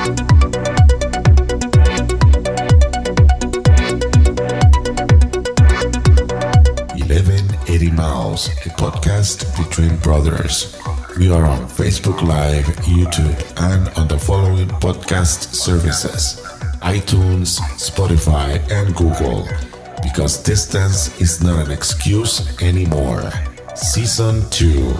A podcast between brothers. We are on Facebook Live, YouTube, and on the following podcast services: iTunes, Spotify, and Google. Because distance is not an excuse anymore. Season 2.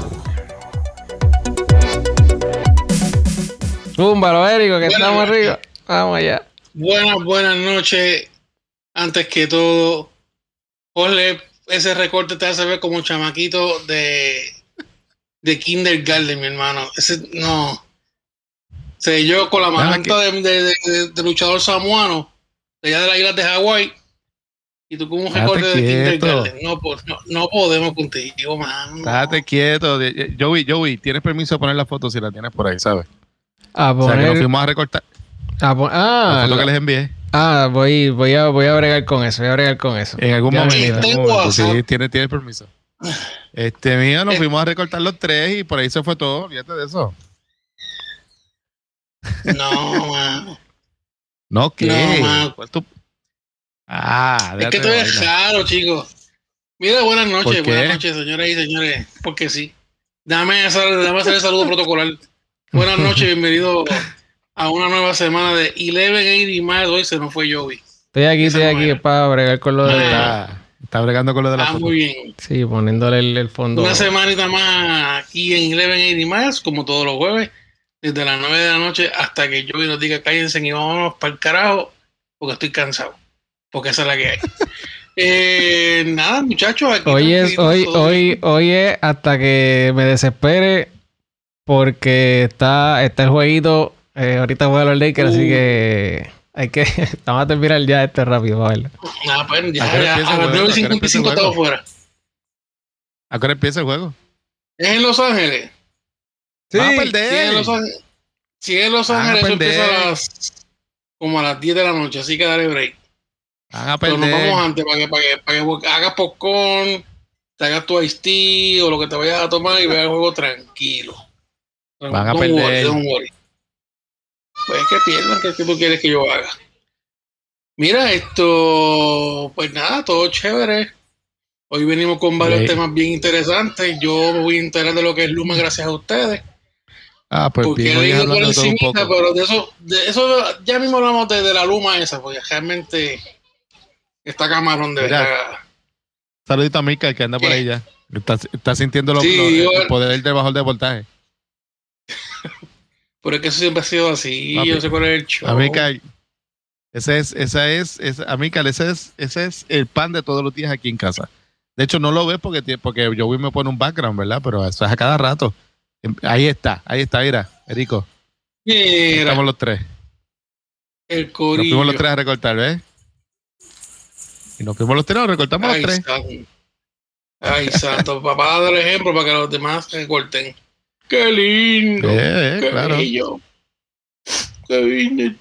Zúmbalo, Érico, que estamos arriba. Vamos allá. Buenas noches. Antes que todo, Jorge, ese recorte te hace ver como un chamaquito de kindergarten, mi hermano. Ese no. Sé yo con la mananta de luchador samoano de allá de las islas de Hawái. Y tú con un recorte de kindergarten. No podemos contigo, man. Estate quieto. Joey, tienes permiso de poner la foto si la tienes por ahí, ¿sabes? A poner... O sea, que nos fuimos a recortar. La foto que les envié. Voy a bregar con eso. En algún momento. Sí, tienes permiso. Mío, nos fuimos a recortar los tres y por ahí se fue todo. Fíjate de eso. No, man. ¿No qué? No, man. Es que tú eres raro, chicos. Mira, buenas noches, señoras y señores. Porque sí. Dame hacer el saludo protocolar. Buenas noches, bienvenido a una nueva semana de 1180 Miles. Hoy se nos fue Joey. Estoy aquí para bregar con lo de... Está bregando con lo de la foto. Muy bien. Sí, poniéndole el fondo. Una semanita más aquí en 1180 Miles, como todos los jueves, desde las 9 de la noche hasta que Joey nos diga cállense y vámonos para el carajo, porque estoy cansado. Porque esa es la que hay. Nada, muchachos. Aquí hoy es hasta que me desespere, porque está el jueguito. Ahorita voy a los Lakers, así que vamos a terminar ya rápido, para verlo. Nada, pues ya a las 9:55 estamos fuera. ¿A qué hora empieza el juego? ¿Es en Los Ángeles? Sí, van a perder. Si es en Los Ángeles, eso empieza como a las 10 de la noche, así que dale break. Van a perder. Pero nos vamos antes para que hagas popcorn, te hagas tu iced tea o lo que te vayas a tomar y veas el juego tranquilo. Van a perder. Don't worry. Pues que pierdan, que tú quieres que yo haga. Mira, pues nada, todo chévere. Hoy venimos con varios temas bien interesantes. Yo me voy a enterar de lo que es Luma gracias a ustedes. Pues porque he leído por encima, pero de eso ya mismo hablamos de la Luma esa, porque realmente está camarón de verdad. Saludito a Mika, que anda por ahí ya. Está sintiendo el poder del bajador de voltaje. Pero es que eso siempre ha sido así. Papi, yo sé cuál es el show. Amical, ese es el pan de todos los días aquí en casa. De hecho, no lo ves porque Joey me pone un background, ¿verdad? Pero eso es a cada rato. Ahí está, mira, Erico. Mira. Estamos los tres. El corillo. Nos fuimos los tres a recortar, ¿ves? Y nos fuimos los tres, recortamos los tres. Ay, santo. Papá, da el ejemplo para que los demás recorten. ¡Qué lindo! ¡Qué claro. bello! ¡Qué lindo!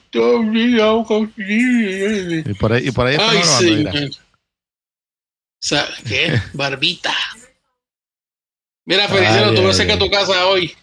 Y por ahí está grabando, mira. ¿Qué? Barbita. Mira, Feliciano, tú ves cerca a tu casa hoy.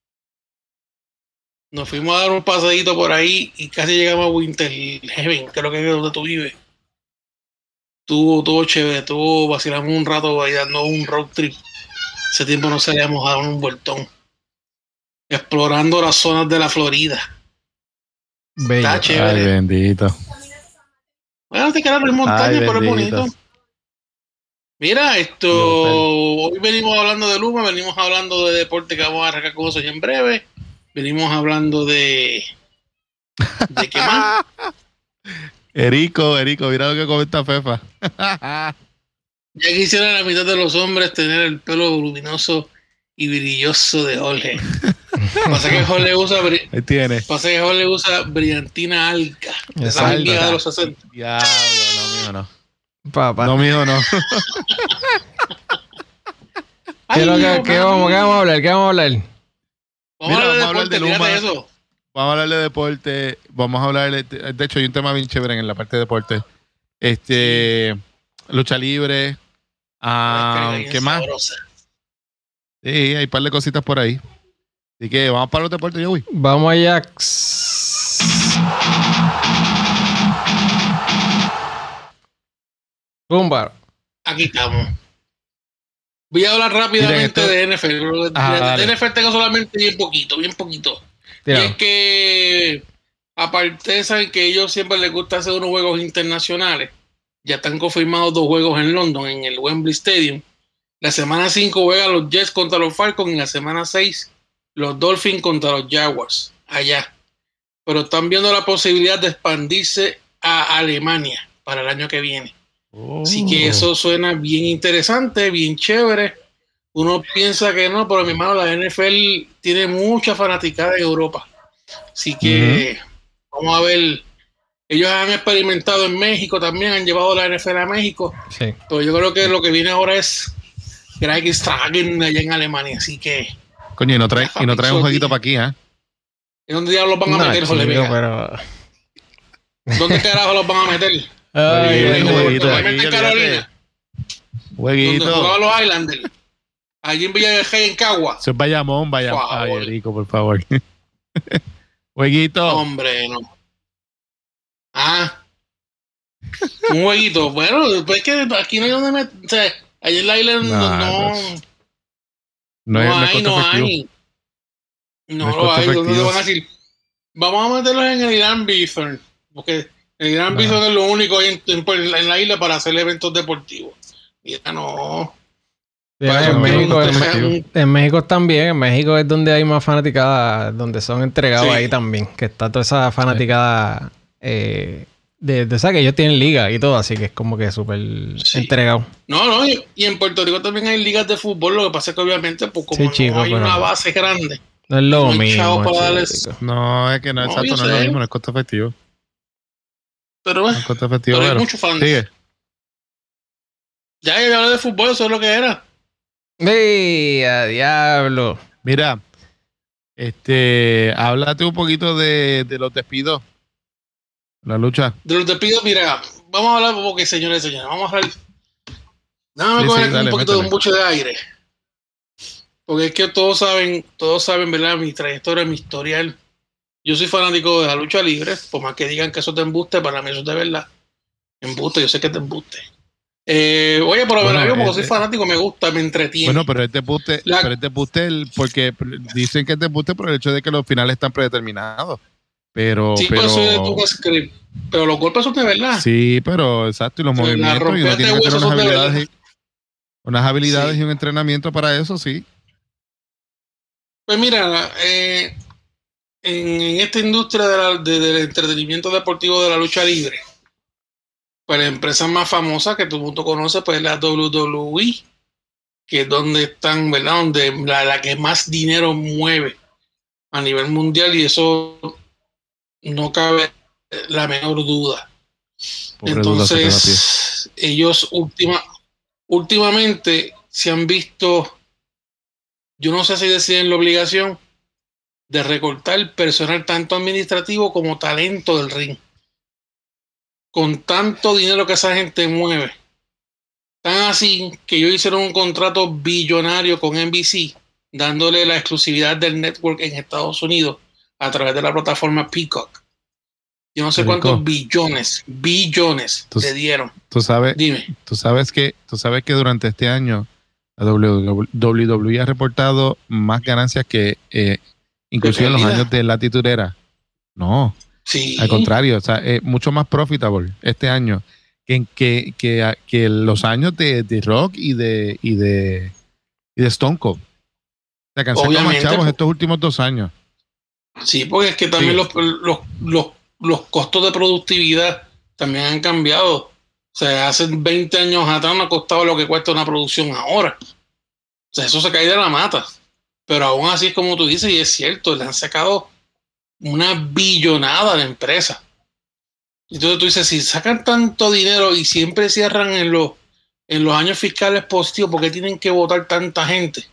Nos fuimos a dar un paseíto por ahí y casi llegamos a Winter Heaven, que es lo que es donde tú vives. Estuvo chévere, vacilamos un rato ahí dando un road trip. Hace tiempo no salíamos a dar un vueltón. Explorando las zonas de la Florida. Bello. Está chévere. Ay, bendito. Bueno, te quedas en montaña, pero es bonito. Mira, hoy venimos hablando de Luma, venimos hablando de deporte, que vamos a arrancar con eso ya en breve. Venimos hablando de qué más. Erico, mira lo que comenta Fefa. Ya quisiera la mitad de los hombres tener el pelo luminoso y brilloso de Jorge. Pasa que Jorge usa brillantina alca. Esa es de los 60. Diablo, no, mío no. Papá. No, mío no. ¿Qué vamos a hablar? Vamos a hablar de Luma. Eso. Vamos a hablar de deporte. Vamos a hablar de hecho, hay un tema bien chévere en la parte de deporte. Lucha libre. ¿Qué más? Sabrosa. Sí, hay un par de cositas por ahí. Así que vamos para los deportes, Joey. Vamos allá. Zumba. Aquí estamos. Voy a hablar rápidamente Mira, de NFL. Dale. De NFL tengo solamente bien poquito. Tira. Y es que, aparte, saben que ellos siempre les gusta hacer unos juegos internacionales. Ya están confirmados 2 juegos en London, en el Wembley Stadium. La semana 5 juegan los Jets contra los Falcons. Y la semana 6 los Dolphins contra los Jaguars. Allá. Pero están viendo la posibilidad de expandirse a Alemania para el año que viene. Así que eso suena bien interesante, bien chévere. Uno piensa que no, pero mi hermano, la NFL tiene mucha fanaticada en Europa. Así que vamos a ver. Ellos han experimentado en México también, han llevado la NFL a México. Sí. Pero yo creo que lo que viene ahora es Greg Stragen allá en Alemania. Así que, Coño, y no trae un jueguito para aquí, ¿eh? ¿en dónde diablos los van a meter, Jorge Vega? Pero... ¿Dónde carajo los van a meter? Ay, jueguito, ¿Lo meten en Carolina? Jueguito. Donde jugaban los Islanders. Allí en Villa del Rey, en Cagua. Eso es Bayamón. Ay, Erico, por favor. Jueguito. Hombre, no. Un jueguito. Bueno, pues es que aquí no hay donde meter. O sea, allí en la isla no hay. No lo hay. ¿Dónde van a decir? Vamos a meterlos en el Irán Bithorn. Porque el Irán Bithorn es lo único en la isla para hacer eventos deportivos. Y acá no. En México también. En México es donde hay más fanaticada, donde son entregados ahí también. Que está toda esa fanaticada de esa que ellos tienen liga y todo, así que es como que súper entregado. No, y en Puerto Rico también hay ligas de fútbol. Lo que pasa es que obviamente, pues como no hay una base grande. No es lo mismo. No, es que no, exacto, no es lo mismo, no es costo efectivo. Pero no es costo efectivo, hay muchos fans. Sigue. Ya hablé de fútbol, eso es lo que era. ¡A diablo! Mira, háblate un poquito de los despidos. La lucha. De los despidos, mira, vamos a hablar porque, señores, vamos a hablar. Déjame coger un poquito de un buche de aire. Porque es que todos saben, ¿verdad? Mi trayectoria, mi historial. Yo soy fanático de la lucha libre, por más que digan que eso te embuste, para mí eso es de verdad. Embuste, yo sé que te embuste. Oye, pero yo porque soy fanático, me gusta, me entretiene. Bueno, pero este embuste, porque dicen que este embuste por el hecho de que los finales están predeterminados. Pero eso es tu script. Pero los golpes son de verdad. Sí, pero exacto, y los movimientos, y uno tiene que tener unas habilidades y un entrenamiento para eso, sí. Pues mira, en esta industria del entretenimiento deportivo de la lucha libre, pues la empresa más famosa que todo el mundo conoce, pues es la WWE, que es donde están, ¿verdad? Donde la que más dinero mueve a nivel mundial, y eso no cabe la menor duda. Entonces, ellos últimamente se han visto, yo no sé si deciden la obligación de recortar personal tanto administrativo como talento del ring. Con tanto dinero que esa gente mueve. Tan así que ellos hicieron un contrato billonario con NBC, dándole la exclusividad del network en Estados Unidos a través de la plataforma Peacock. Yo no sé cuántos billones le dieron. Tú sabes, dime. Tú sabes que durante este año la WWE ha reportado más ganancias que inclusive en los años de Latitude Era. No, sí. Al contrario, o sea, mucho más profitable este año que los años de Rock y de Stone Cold. O sea, que han sacado más chavos estos últimos 2 años. Sí, porque es que también los costos de productividad también han cambiado. O sea, hace 20 años atrás no ha costado lo que cuesta una producción ahora. O sea, eso se cae de la mata. Pero aún así es como tú dices, y es cierto, le han sacado una billonada a la empresa. Entonces tú dices, si sacan tanto dinero y siempre cierran en los años fiscales positivos, ¿por qué tienen que votar tanta gente?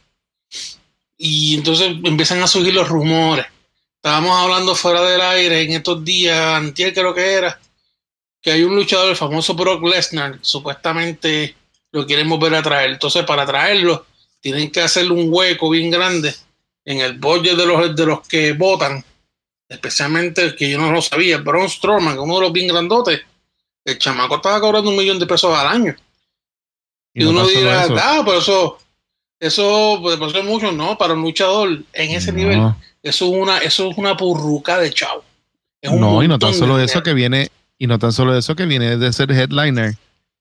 Y entonces empiezan a surgir los rumores. Estábamos hablando fuera del aire en estos días, antier creo que era, que hay un luchador, el famoso Brock Lesnar, supuestamente lo quieren volver a traer. Entonces, para traerlo, tienen que hacerle un hueco bien grande en el budget de los que votan, especialmente que yo no lo sabía, Braun Strowman, uno de los bien grandotes, el chamaco estaba cobrando $1 millón al año. Y uno dirá, pero eso es mucho. No, para un luchador en ese nivel, eso es una purruca de chavo. Y no tan solo eso que viene de ser headliner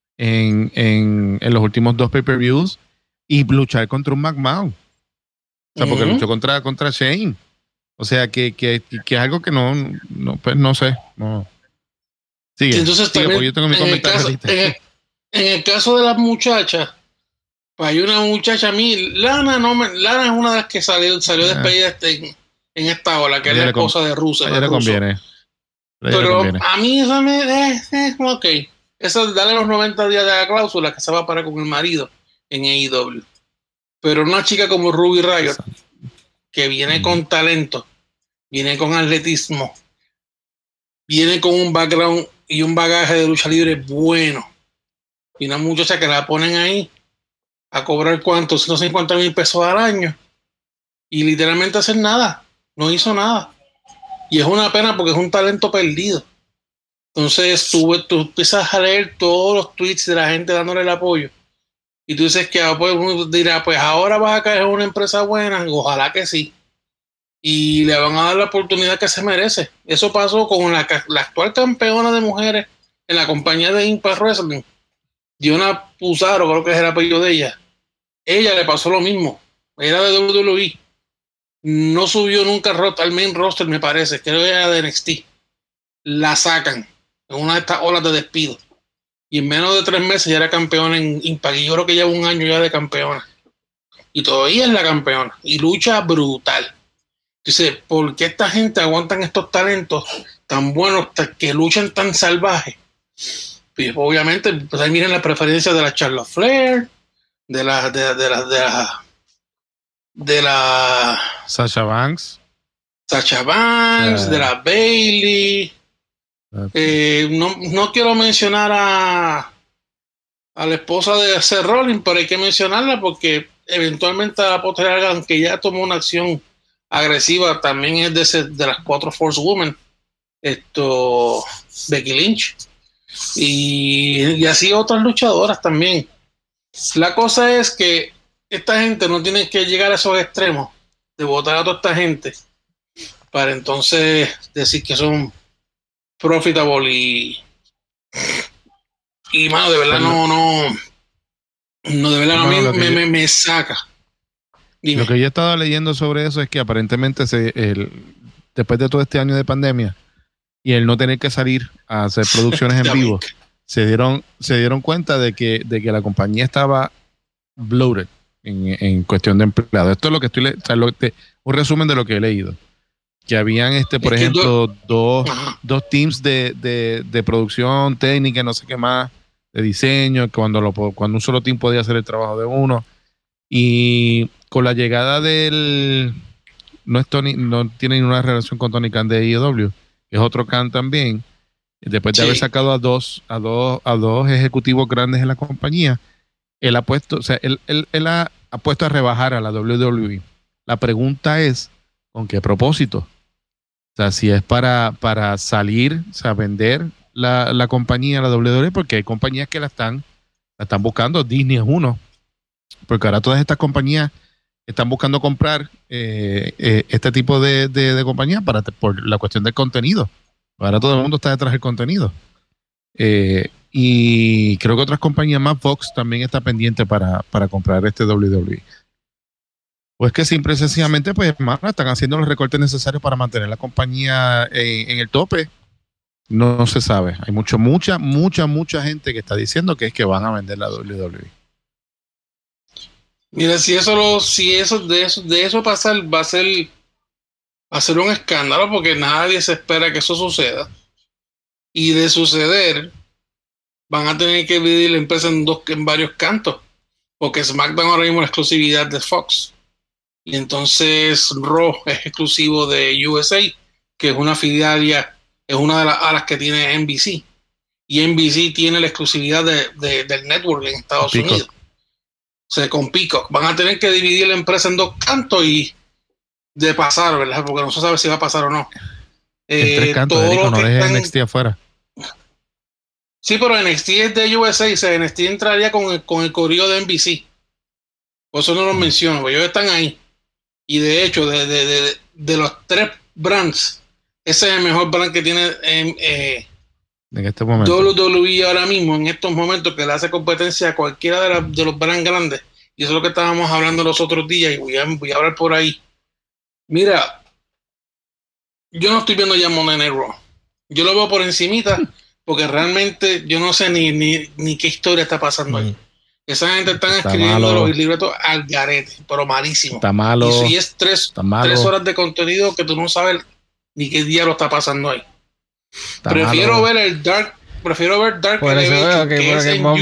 en los últimos 2 pay-per-views y luchar contra un McMahon. O sea, porque luchó contra Shane. O sea, que es algo que pues no sé. No. Sigue. Entonces, también, yo tengo mi comentario. En el caso de las muchachas, pues hay una muchacha a mí, Lana es una de las que salió despedida en esta ola, que es la esposa de Rusev. A ella le conviene. Pero a mí eso ok. Eso, dale los 90 días de la cláusula que se va a parar con el marido en AEW. Pero una chica como Ruby Riott, que viene con talento, viene con atletismo, viene con un background y un bagaje de lucha libre bueno, y una muchacha que la ponen ahí a cobrar ¿cuánto? $150,000 al año, y literalmente hacer nada, no hizo nada. Y es una pena porque es un talento perdido. Entonces tú empiezas a leer todos los tweets de la gente dándole el apoyo. Y tú dices que pues, uno dirá, pues ahora vas a caer en una empresa buena. Ojalá que sí. Y le van a dar la oportunidad que se merece. Eso pasó con la actual campeona de mujeres en la compañía de Impact Wrestling. Diona Puzaro, creo que es el apellido de ella. Ella le pasó lo mismo. Era de WWE. No subió nunca al main roster, me parece. Creo que era de NXT. La sacan en una de estas olas de despido. Y en menos de 3 meses ya era campeona en Impact. Y yo creo que lleva 1 año ya de campeona. Y todavía es la campeona. Y lucha brutal. Entonces, ¿por qué esta gente aguantan estos talentos tan buenos que luchan tan salvajes? Pues obviamente, pues ahí miren la preferencia de la Charlotte Flair, de la Sasha Banks, de la Bayley. No quiero mencionar a la esposa de Seth Rollins, pero hay que mencionarla porque eventualmente a la posterior, aunque ya tomó una acción agresiva, también es de las 4 Force Women, Becky Lynch, y así otras luchadoras también. La cosa es que esta gente no tiene que llegar a esos extremos de votar a toda esta gente para entonces decir que son profitable y mano, de verdad no, de verdad a mí me saca. Dime. Lo que yo he estado leyendo sobre eso es que aparentemente después de todo este año de pandemia y el no tener que salir a hacer producciones en vivo, se dieron cuenta de que la compañía estaba bloated en cuestión de empleados. Esto es lo que un resumen de lo que he leído. Que habían, por ejemplo, dos teams de producción técnica, no sé qué más, de diseño, cuando un solo team podía hacer el trabajo de uno. Y con la llegada no tiene ninguna relación con Tony Khan de AEW, es otro Khan también. Después de haber sacado a dos ejecutivos grandes en la compañía, él ha puesto a rebajar a la WWE. La pregunta es, ¿con qué propósito? O sea, si es para salir, o sea, vender la compañía, la WWE, porque hay compañías que la están buscando. Disney es uno, porque ahora todas estas compañías están buscando comprar este tipo de compañías por la cuestión del contenido. Ahora todo el mundo está detrás del contenido. Y creo que otras compañías más, Fox también está pendiente para comprar WWE. Pues que simple y sencillamente, pues, están haciendo los recortes necesarios para mantener la compañía en el tope. No se sabe. Hay mucha gente que está diciendo que es que van a vender la WWE. Mira, si eso pasar, va a ser un escándalo porque nadie se espera que eso suceda. Y de suceder, van a tener que dividir la empresa en varios cantos, porque SmackDown ahora mismo es la exclusividad de Fox. Y entonces Raw es exclusivo de USA, que es una filialia, es una de las alas que tiene NBC. Y NBC tiene la exclusividad del network en Estados Unidos. O sea, con Peacock. Van a tener que dividir la empresa en 2 cantos y de pasar, ¿verdad? Porque no se sabe si va a pasar o no. En tres cantos, todo Erico, lo no que dejes están... NXT afuera. Sí, pero NXT es de USA y NXT entraría con el corrido de NBC. Por eso no los menciono, porque ellos están ahí. Y de hecho, de los 3 brands, ese es el mejor brand que tiene En este momento. WWE ahora mismo, en estos momentos, que le hace competencia a cualquiera de los brands grandes. Y eso es lo que estábamos hablando los otros días, y voy a hablar por ahí. Mira, yo no estoy viendo ya Monday Night Raw. Yo lo veo por encimita, porque realmente yo no sé ni qué historia está pasando ahí. Esa gente están escribiendo los libretos al garete, pero malísimo. Está malo. Y es 3 horas de contenido que tú no sabes ni qué diablo está pasando ahí. Prefiero ver Dark por eso Elevation, que es en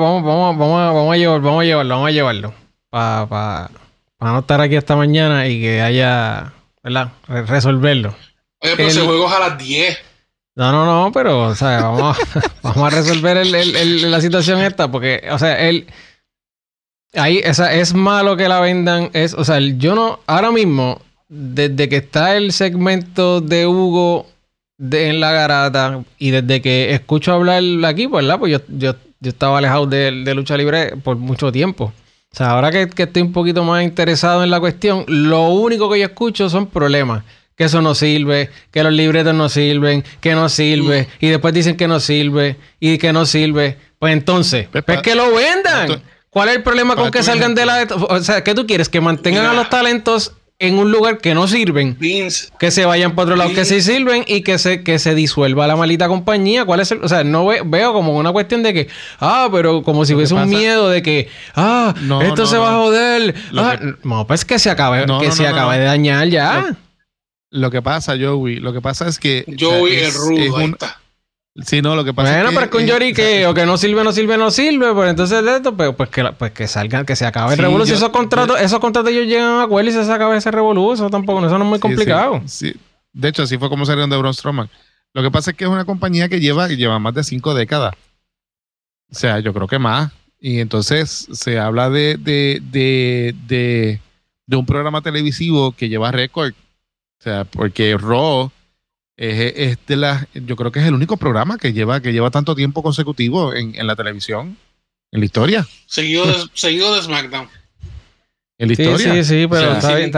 vamos a llevarlo. Para no estar aquí esta mañana y que haya, ¿verdad? Resolverlo. Oye, pero ese juego es a las 10. No, pero, o sea, vamos a resolver la situación esta, porque, o sea, ahí, es malo que la vendan, o sea, yo no, ahora mismo, desde que está el segmento de Hugo en la garata, y desde que escucho hablar aquí, pues, ¿verdad? Pues yo estaba alejado de lucha libre por mucho tiempo. O sea, ahora que estoy un poquito más interesado en la cuestión, lo único que yo escucho son problemas. Que eso no sirve, que los libretos no sirven, que no sirve, y después dicen que no sirve, y que no sirve. Pues entonces, pues que lo vendan. ¿Cuál es el problema con que salgan de la... O sea, ¿qué tú quieres? Que mantengan a los talentos en un lugar que no sirven, que se vayan para otro lado que sí sirven, y que se disuelva la maldita compañía. ¿Cuál es el...? O sea, no veo como una cuestión de que... pero como si hubiese un miedo de que... esto se va a joder. No, pues que se acabe, se acabe de dañar ya. Lo que pasa, Joey, es que... Joey es rudo, ahí está. Sí, no, lo que pasa es que... pero es con Jory que o que no sirve, pues entonces de esto, pues que salgan, que se acabe el revolú. Si esos contratos ellos llegan a acuerdo y se acaba ese revolú, eso no es muy complicado. Sí. De hecho, así fue como salieron de Braun Strowman. Lo que pasa es que es una compañía que lleva más de 5 décadas. O sea, yo creo que más. Y entonces se habla de un programa televisivo que lleva récord. O sea, porque Raw yo creo que es el único programa que lleva tanto tiempo consecutivo en la televisión, en la historia. Seguido de SmackDown. En la historia. Sí, pero está bien.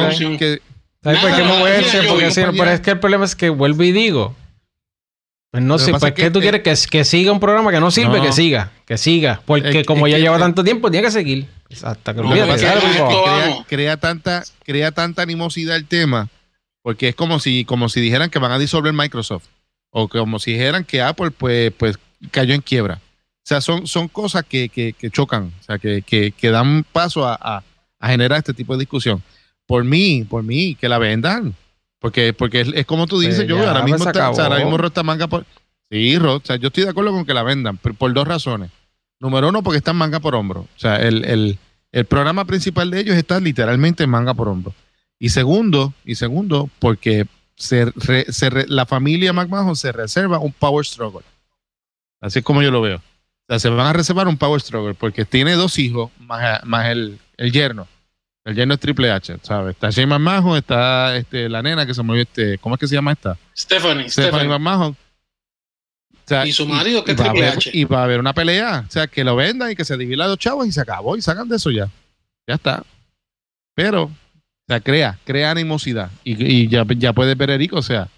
Pero es que el problema es que vuelvo y digo, pues no sé, pues ¿qué tú quieres? Que siga un programa que no sirve, que siga, porque como ya lleva tanto tiempo, tiene que seguir. Hasta que crea tanta animosidad el tema. Porque es como si dijeran que van a disolver Microsoft. O como si dijeran que Apple pues cayó en quiebra. O sea, son cosas que chocan. O sea, que dan paso a generar este tipo de discusión. Por mí, que la vendan. Porque es como tú dices, yo ahora mismo está manga por... Sí, o sea, yo estoy de acuerdo con que la vendan. Por 2 razones. Número 1, porque está en manga por hombro. O sea, el programa principal de ellos está literalmente en manga por hombro. Y segundo, porque la familia McMahon se reserva un power struggle. Así es como yo lo veo. O sea, se van a reservar un power struggle porque tiene 2 hijos más el yerno. El yerno es Triple H, ¿sabes? Está Shane McMahon, está la nena que se movió, ¿cómo es que se llama esta? Stephanie McMahon. O sea, y su marido, que es Triple H. Y va a haber una pelea. O sea, que lo vendan y que se divida a los chavos y se acabó. Y sacan de eso ya. Ya está. Pero... O sea, crea animosidad. Y ya puedes ver, Eric, o sea,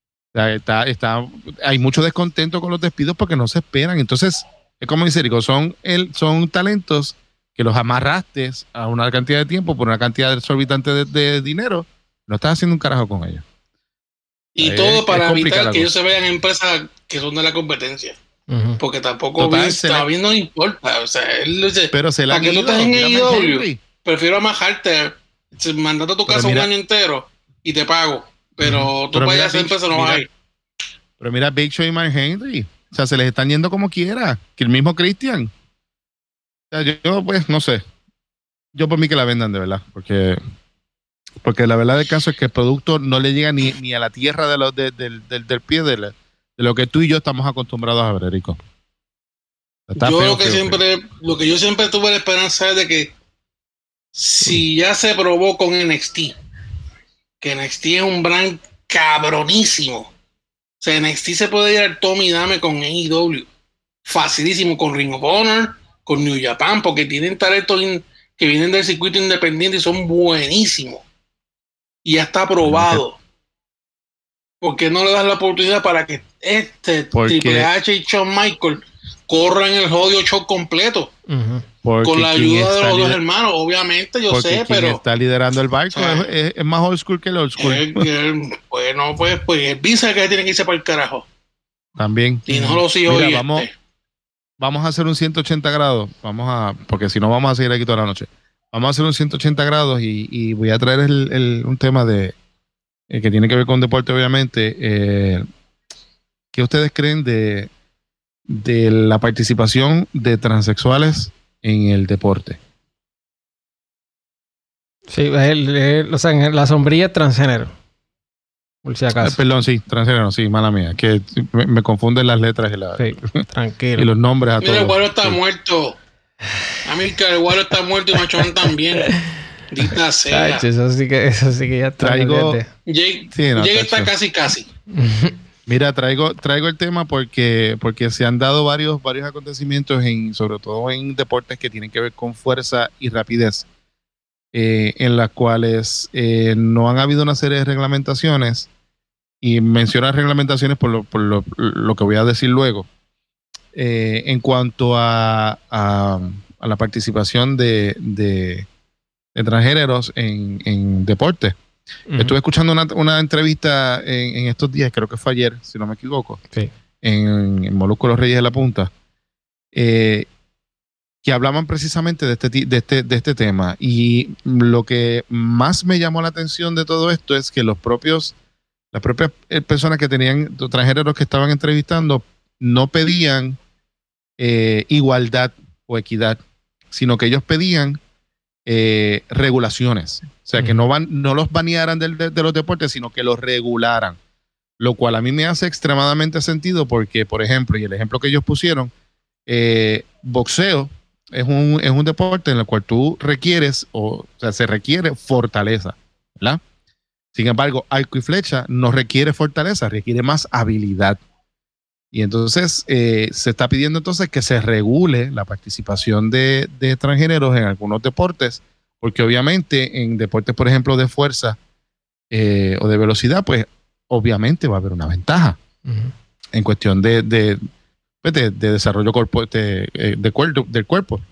hay mucho descontento con los despidos porque no se esperan. Entonces, es como dice Eric, son talentos que los amarraste a una cantidad de tiempo por una cantidad exorbitante de dinero. No estás haciendo un carajo con ellos. Y todo para evitar que ellos se vean empresas que son de la competencia. Porque tampoco Vince no importa. O sea, él dice, pero se la para que tú estés en AEW, prefiero amajarte mandate a tu casa un año entero y te pago. Pero tú vayas a hacer empresa, no vas a ir. Pero mira Big Show y Mark Henry. O sea, se les están yendo como quiera. Que el mismo Christian. O sea, yo pues, no sé. Yo por mí que la vendan de verdad. Porque la verdad del caso es que el producto no le llega ni a la tierra del pie de lo que tú y yo estamos acostumbrados a ver, Erico. Lo que yo siempre tuve la esperanza es de que si ya se probó con NXT, que NXT es un brand cabronísimo. O sea, NXT se puede ir al Tommy Dame con AEW. Facilísimo, con Ring of Honor, con New Japan, porque tienen talentos que vienen del circuito independiente y son buenísimos. Y ya está aprobado. ¿Por qué no le das la oportunidad para que Triple H y Shawn Michaels corran el jodido show completo? Con la ayuda de los dos hermanos, obviamente, yo sé, pero está liderando el barco, es más old school que el old school. Bueno, pues el Vince que tiene que irse para el carajo. También. Y no lo sigo. Mira, vamos a hacer un 180 grados. Porque si no vamos a seguir aquí toda la noche. Vamos a hacer un 180 grados y voy a traer un tema que tiene que ver con deporte, obviamente. ¿Qué ustedes creen de la participación de transexuales en el deporte? Sí, o sea, en la sombrilla es transgénero. Por si acaso. Perdón, sí, transgénero, sí, mala mía. Que me confunden las letras sí, tranquilo. y los nombres a todos. Mira, el Guaro está muerto. Amílcar, el Guaro está muerto y Machón también. Dita sea. Eso sí que ya está. Traigo. Jake está casi. Mira, traigo el tema porque se han dado varios acontecimientos, sobre todo en deportes que tienen que ver con fuerza y rapidez, en las cuales no han habido una serie de reglamentaciones, y menciono reglamentaciones por lo que voy a decir luego, en cuanto a la participación de transgéneros en deportes. Estuve escuchando una entrevista en estos días, creo que fue ayer, si no me equivoco, en Molusco Los Reyes de la Punta, que hablaban precisamente de este tema. Y lo que más me llamó la atención de todo esto es que las propias personas que tenían transgéneros que estaban entrevistando no pedían igualdad o equidad, sino que ellos pedían regulaciones. O sea, que no los banearan de los deportes, sino que los regularan. Lo cual a mí me hace extremadamente sentido porque, por ejemplo, y el ejemplo que ellos pusieron, boxeo es un deporte en el cual tú requieres, o sea, se requiere fortaleza, ¿verdad? Sin embargo, arco y flecha no requiere fortaleza, requiere más habilidad. Y entonces se está pidiendo entonces que se regule la participación de transgéneros en algunos deportes, porque obviamente en deportes, por ejemplo, de fuerza o de velocidad, pues obviamente va a haber una ventaja en cuestión de desarrollo del cuerpo.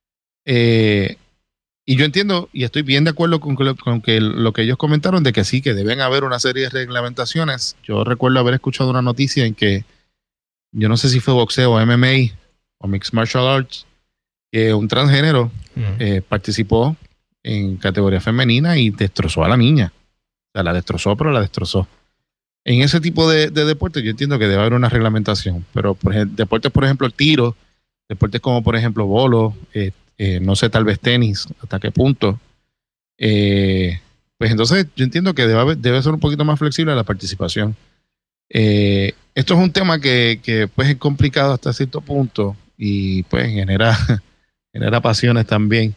Y yo entiendo y estoy bien de acuerdo con que lo que ellos comentaron de que sí, que deben haber una serie de reglamentaciones. Yo recuerdo haber escuchado una noticia en que, yo no sé si fue boxeo o MMA o Mixed Martial Arts, que un transgénero participó en categoría femenina y destrozó a la niña. O sea, la destrozó, pero la destrozó. En ese tipo de deportes yo entiendo que debe haber una reglamentación, pero deportes, por ejemplo, tiro, deportes como por ejemplo bolo, no sé, tal vez tenis, hasta qué punto, pues entonces yo entiendo que debe ser un poquito más flexible la participación. Esto es un tema que pues es complicado hasta cierto punto y pues genera pasiones también.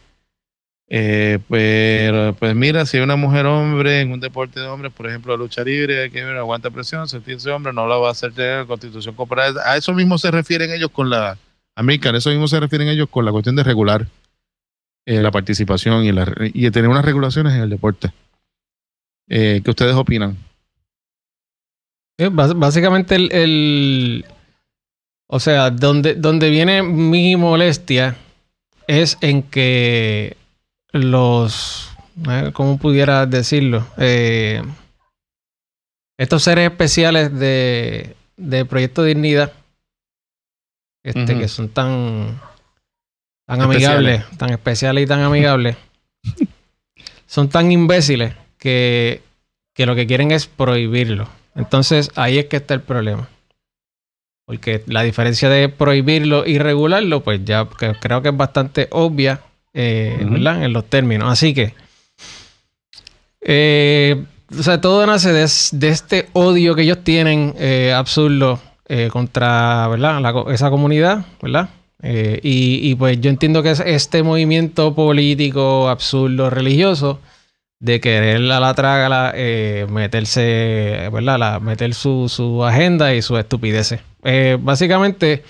Pero pues mira, si hay una mujer hombre en un deporte de hombres, por ejemplo lucha libre, hay que ver, aguanta presión, sentirse hombre, no la va a hacer tener constitución corporal. A eso mismo se refieren ellos con la American, eso mismo se refieren ellos con la cuestión de regular la participación y de tener unas regulaciones en el deporte. ¿Qué ustedes opinan? Básicamente o sea, donde viene mi molestia es en que ¿cómo pudiera decirlo? Estos seres especiales de Proyecto Dignidad, que son tan amigables, tan especiales y tan amigables, son tan imbéciles que lo que quieren es prohibirlo. Entonces ahí es que está el problema. Porque la diferencia de prohibirlo y regularlo, pues ya creo que es bastante obvia, ¿verdad? En los términos. Así que, o sea, todo nace de este odio que ellos tienen absurdo contra, ¿verdad? Esa comunidad, ¿verdad? Y pues yo entiendo que este movimiento político absurdo religioso, de querer a la traga meterse, ¿verdad? Meter su agenda y sus estupideces. Básicamente,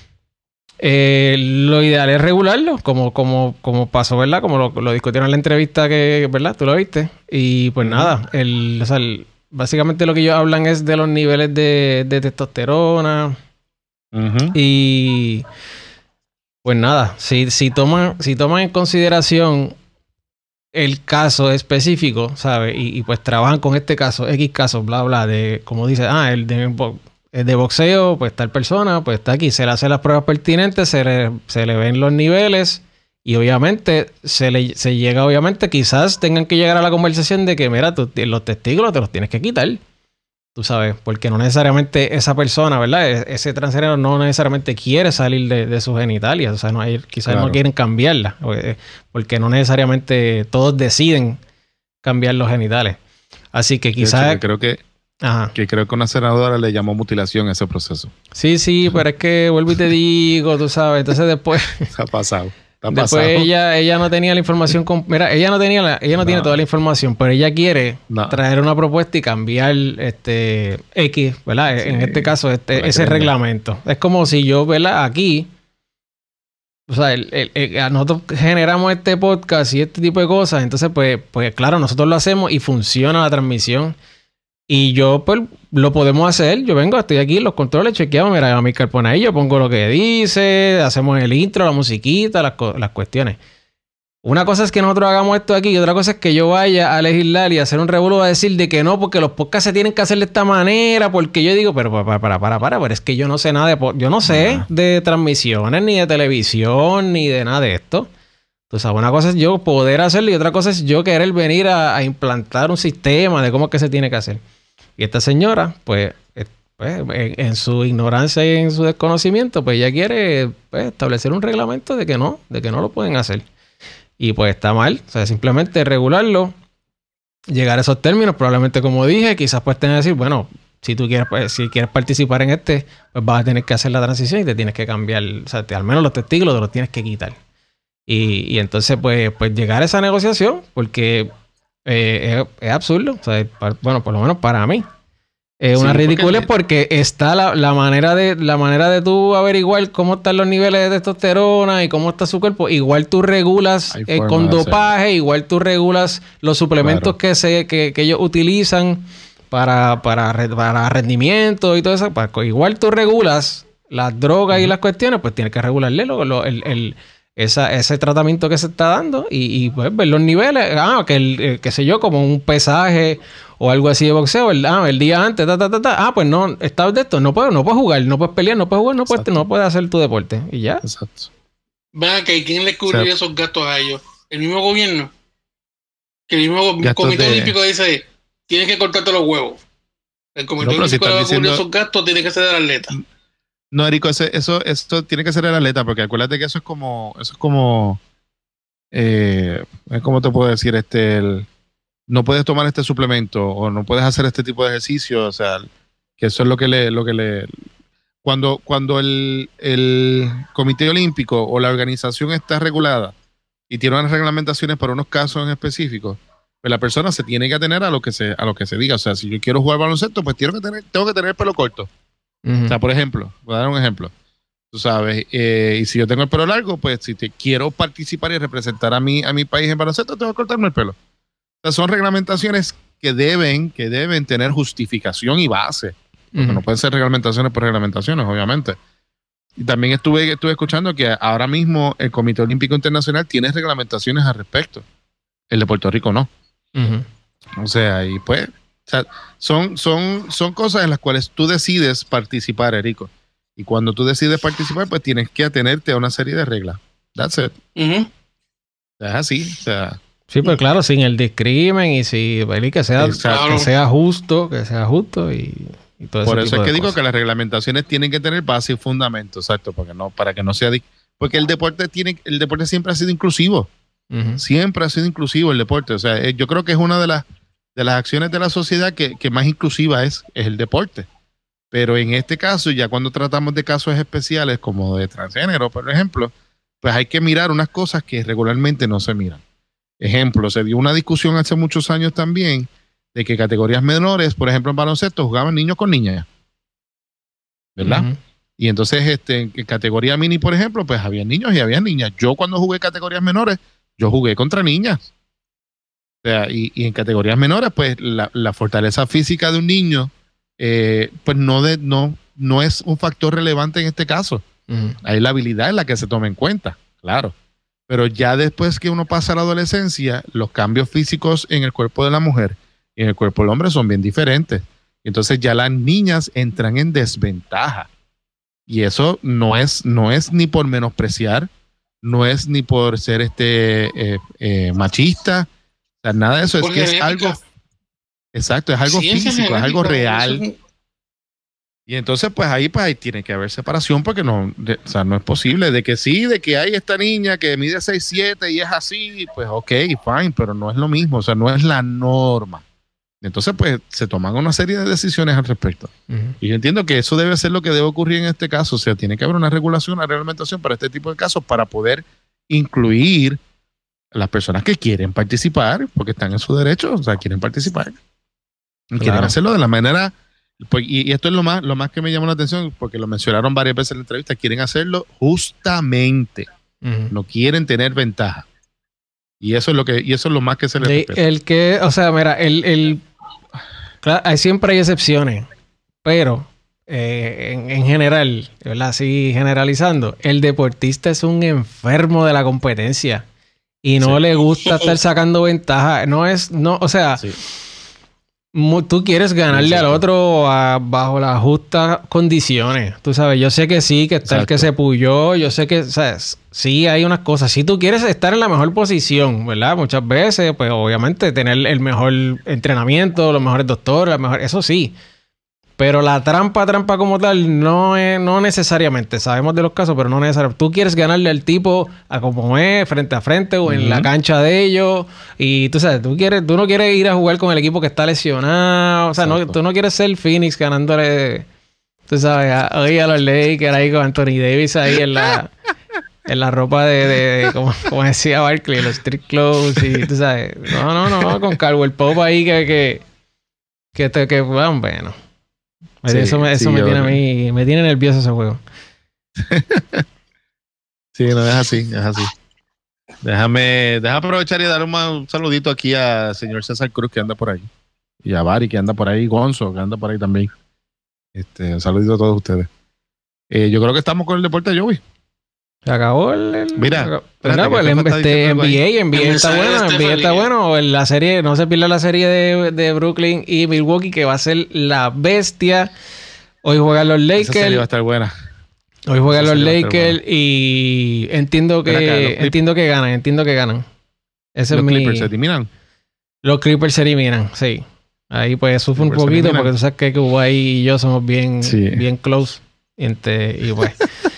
lo ideal es regularlo, como pasó, ¿verdad? Como lo discutieron en la entrevista que, ¿verdad? Tú lo viste. Y pues nada, básicamente lo que ellos hablan es de los niveles de testosterona. Y pues nada, si toman en consideración el caso específico, ¿sabes? Y pues trabajan con este caso, X caso, bla, bla, de como dice, el de boxeo, pues tal persona, pues está aquí, se le hacen las pruebas pertinentes, se le ven los niveles y obviamente se llega, obviamente, quizás tengan que llegar a la conversación de que, mira, los testículos te los tienes que quitar. Tú sabes, porque no necesariamente esa persona, ¿verdad? Ese transgénero no necesariamente quiere salir de sus genitalias. O sea, quizás no quieren cambiarla. Porque no necesariamente todos deciden cambiar los genitales. Así que quizás... Creo que una senadora le llamó mutilación a ese proceso. Sí, pero es que vuelvo y te digo, tú sabes. Entonces después... Se ha pasado. Después ella no tenía la información. Mira, ella no tiene toda la información, pero ella quiere traer una propuesta y cambiar X, ¿verdad? Sí, en este caso, ese reglamento. Es como si yo, ¿verdad? Aquí, o sea, nosotros generamos este podcast y este tipo de cosas. Entonces, pues claro, nosotros lo hacemos y funciona la transmisión. Y yo, pues, lo podemos hacer. Yo estoy aquí, los controles, chequeamos. Mira, a mi pone ahí, yo pongo lo que dice, hacemos el intro, la musiquita, las cuestiones. Una cosa es que nosotros hagamos esto aquí y otra cosa es que yo vaya a legislar y hacer un revuelo a decir de que no, porque los podcasts se tienen que hacer de esta manera, porque yo digo, pero pero es que yo no sé nada yo no sé de transmisiones, ni de televisión, ni de nada de esto. Entonces, una cosa es yo poder hacerlo y otra cosa es yo querer venir a implantar un sistema de cómo es que se tiene que hacer. Y esta señora, pues en su ignorancia y en su desconocimiento, pues ella quiere establecer un reglamento de que no lo pueden hacer. Y pues está mal. O sea, simplemente regularlo, llegar a esos términos, probablemente como dije, quizás pues tener que decir, bueno, si tú quieres, pues, si quieres participar en pues vas a tener que hacer la transición y te tienes que cambiar, o sea, al menos los testículos te los tienes que quitar. Y entonces, pues llegar a esa negociación, porque es absurdo. O sea, bueno, por lo menos para mí. Es una ridiculez porque está la manera de tú averiguar cómo están los niveles de testosterona y cómo está su cuerpo. Igual tú regulas con dopaje, igual tú regulas los suplementos que ellos utilizan para rendimiento y todo eso. Igual tú regulas las drogas y las cuestiones, pues tienes que regularle ese tratamiento que se está dando y pues ver los niveles, qué sé yo, como un pesaje o algo así de boxeo, el día antes, pues no, estás de esto, no puedes jugar, no puedes pelear, no puedes jugar, no puedes hacer tu deporte y ya. Exacto. Vean que ¿quién le cubrió esos gastos a ellos? ¿El mismo gobierno? Que el mismo Comité Olímpico dice, tienes que cortarte los huevos. El Comité Olímpico le va a cubrir esos gastos, tiene que ser el atleta. No, Erico, eso tiene que ser el atleta, porque acuérdate que eso es como ¿cómo te puedo decir? No puedes tomar este suplemento o no puedes hacer este tipo de ejercicio, o sea, que eso es lo que le cuando el Comité Olímpico o la organización está regulada y tiene unas reglamentaciones para unos casos en específicos, pues la persona se tiene que atener a lo que se diga. O sea, si yo quiero jugar baloncesto, pues tengo que tener el pelo corto. O sea, por ejemplo, voy a dar un ejemplo. Tú sabes, y si yo tengo el pelo largo, pues si quiero participar y representar a mi país en baloncesto, tengo que cortarme el pelo. O sea, son reglamentaciones que deben tener justificación y base. Porque no pueden ser reglamentaciones por reglamentaciones, obviamente. Y también estuve escuchando que ahora mismo el Comité Olímpico Internacional tiene reglamentaciones al respecto. El de Puerto Rico no. O sea, y pues... O sea, son cosas en las cuales tú decides participar, Erico. Y cuando tú decides participar, pues tienes que atenerte a una serie de reglas. That's it. Es así. O sea, sí, pues claro, sin el discrimen y que sea justo y todo eso. Por eso es que digo que las reglamentaciones tienen que tener base y fundamento, exacto, para que no sea porque el deporte siempre ha sido inclusivo. Siempre ha sido inclusivo el deporte. O sea, yo creo que es una de las acciones de la sociedad que más inclusiva es el deporte. Pero en este caso, ya cuando tratamos de casos especiales como de transgénero, por ejemplo, pues hay que mirar unas cosas que regularmente no se miran. Ejemplo, se dio una discusión hace muchos años también de que categorías menores, por ejemplo en baloncesto, jugaban niños con niñas, ¿verdad? Uh-huh. Y entonces en categoría mini, por ejemplo, pues había niños y había niñas. Yo cuando jugué categorías menores, yo jugué contra niñas. O sea, y en categorías menores, pues la fortaleza física de un niño, pues no es un factor relevante en este caso. Uh-huh. Ahí la habilidad es la que se toma en cuenta, claro. Pero ya después que uno pasa a la adolescencia, los cambios físicos en el cuerpo de la mujer y en el cuerpo del hombre son bien diferentes. Entonces ya las niñas entran en desventaja. Y eso no es ni por menospreciar, no es ni por ser machista, o sea, nada de eso. Es que es algo, exacto, es algo físico, es algo real. Y entonces pues ahí tiene que haber separación porque no es posible de que hay esta niña que mide 6'7" y es así, pues ok, fine, pero no es lo mismo, o sea, no es la norma. Entonces, pues, se toman una serie de decisiones al respecto. Uh-huh. Y yo entiendo que eso debe ser lo que debe ocurrir en este caso. O sea, tiene que haber una regulación, una reglamentación para este tipo de casos para poder incluir a las personas que quieren participar, porque están en su derecho, o sea, quieren participar. Claro. Quieren hacerlo de la manera... Pues, y esto es lo más que me llamó la atención, porque lo mencionaron varias veces en la entrevista, quieren hacerlo justamente. Uh-huh. No quieren tener ventaja. Y eso es lo más que se le respeta. O sea, mira, claro, siempre hay excepciones, pero en general, ¿verdad? Así generalizando, el deportista es un enfermo de la competencia y no le gusta estar sacando ventaja. Sí. Tú quieres ganarle al otro bajo las justas condiciones. Tú sabes, yo sé que sí, que está el que se puyó. Yo sé que, ¿sabes? Sí hay unas cosas. Si tú quieres estar en la mejor posición, ¿verdad? Muchas veces, pues obviamente tener el mejor entrenamiento, los mejores doctores, eso sí. Pero la trampa como tal no necesariamente. Sabemos de los casos, pero no necesariamente. Tú quieres ganarle al tipo a como es, frente a frente o en la cancha de ellos. Y tú sabes, tú no quieres ir a jugar con el equipo que está lesionado. O sea, tú no quieres ser Phoenix ganándole, tú sabes, a los Lakers ahí con Anthony Davis ahí en la ropa de como decía Barkley, los street clothes y tú sabes. No, con Caldwell Pope ahí que bueno. Eso me tiene a mí, me tiene nervioso ese juego. Sí, no, es así. Déjame aprovechar y dar un saludito aquí al señor César Cruz que anda por ahí. Y a Bari que anda por ahí, Gonzo que anda por ahí también. Un saludito a todos ustedes. Yo creo que estamos con el deporte de Joey. Se acabó Mira, pues NBA está bueno. La serie, no se pierda la serie de Brooklyn y Milwaukee, que va a ser la bestia. Hoy juegan los Lakers. Esa serie va a estar buena. Hoy juegan los Lakers y entiendo que ganan. ¿Los Clippers se eliminan? Los Clippers se eliminan, sí. Ahí pues sufre un poquito porque tú sabes que Kuwait y yo somos bien close. Y pues...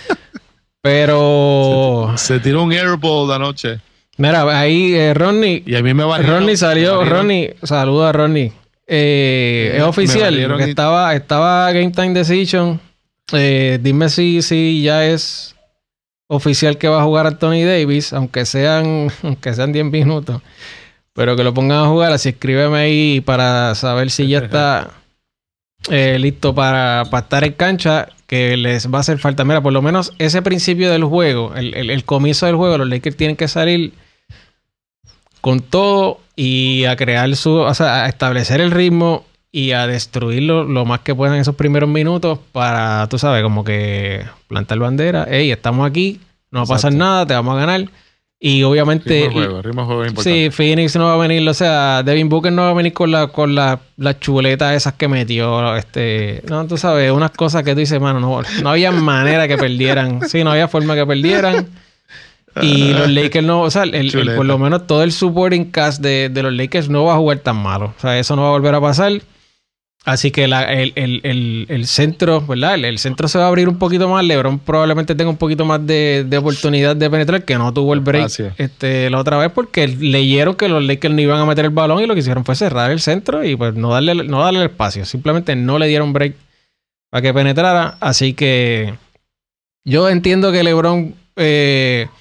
Pero... Se tiró un airball la noche. Mira, ahí Ronnie... Y a mí me va Ronnie salió... Ronnie, saluda a Ronnie. Es oficial. Porque estaba Game Time Decision. Dime si ya es oficial que va a jugar Anthony Davis. Aunque sean 10 minutos. Pero que lo pongan a jugar. Así escríbeme ahí para saber si ya está... listo para estar en cancha, que les va a hacer falta. Mira, por lo menos ese principio del juego, el comienzo del juego, los Lakers tienen que salir con todo y a crear a establecer el ritmo y a destruirlo lo más que puedan esos primeros minutos para, tú sabes, como que plantar bandera. Hey, estamos aquí, no va a pasar nada, te vamos a ganar. Y obviamente... ritmo juego es importante. Sí, Phoenix no va a venir, o sea, Devin Booker no va a venir con las chuletas esas que metió. No, tú sabes, unas cosas que tú dices, mano, no había manera que perdieran. Sí, no había forma que perdieran. Y los Lakers no, o sea, por lo menos todo el supporting cast de los Lakers no va a jugar tan malo. O sea, eso no va a volver a pasar. Así que el centro, ¿verdad? El centro se va a abrir un poquito más. LeBron probablemente tenga un poquito más de oportunidad de penetrar, que no tuvo el break la otra vez, porque leyeron que los Lakers no iban a meter el balón y lo que hicieron fue cerrar el centro y pues no darle el espacio. Simplemente no le dieron break para que penetrara. Así que yo entiendo que LeBron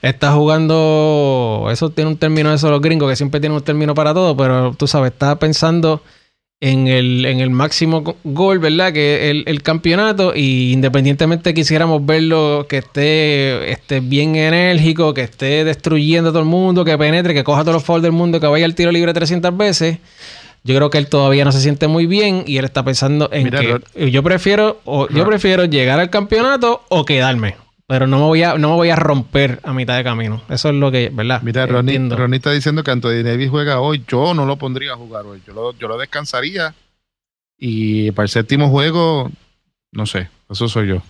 está jugando, eso tiene un término de eso los gringos, que siempre tienen un término para todo, pero tú sabes, está pensando en el máximo gol, ¿verdad? Que es el campeonato, y independientemente quisiéramos verlo que esté bien enérgico, que esté destruyendo a todo el mundo, que penetre, que coja todos los fouls del mundo, que vaya al tiro libre 300 veces. Yo creo que él todavía no se siente muy bien y él está pensando en yo prefiero llegar al campeonato o quedarme. Pero no me voy a romper a mitad de camino. Eso es lo que, ¿verdad? Mira, Ronnie está diciendo que Anthony Davis juega hoy. Yo no lo pondría a jugar hoy. Yo lo descansaría. Y para el séptimo juego, no sé. Eso soy yo.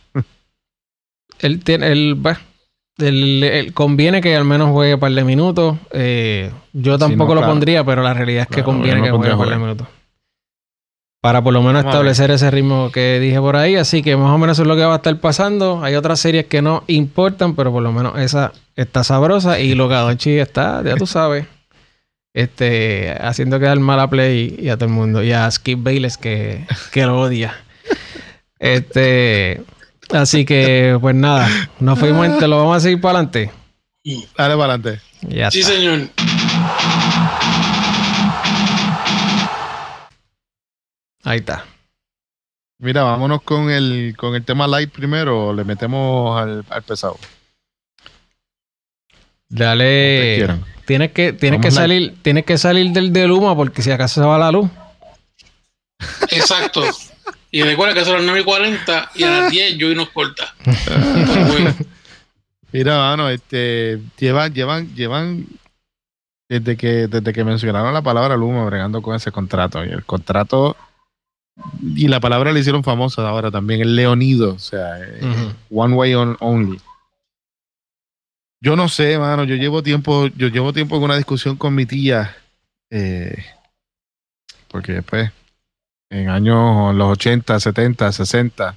Él conviene que al menos juegue un par de minutos. Yo tampoco lo pondría, pero la realidad es que conviene que juegue un par de minutos. Para por lo menos establecer ese ritmo que dije por ahí. Así que más o menos eso es lo que va a estar pasando. Hay otras series que no importan, pero por lo menos esa está sabrosa. Y Luka Doncic está, ya tú sabes, haciendo quedar mal a Play y a todo el mundo. Y a Skip Bayless que lo odia. Así que, pues nada. Nos fuimos, lo vamos a seguir para adelante. Dale para adelante. Sí, está. Señor. Ahí está. Mira, vámonos con el tema light primero, o le metemos al pesado. Dale. Tienes que salir del Luma porque si acaso se va la luz. Exacto. Y recuerda que son las 9:40 y a las 10 yo y nos corta. Mira, mano, llevan desde que mencionaron la palabra Luma bregando con ese contrato. Y el contrato y la palabra le hicieron famosa ahora también, el leonido, o sea, one way only. Yo no sé, mano, yo llevo tiempo en una discusión con mi tía, porque después, en años los 80, 70, 60,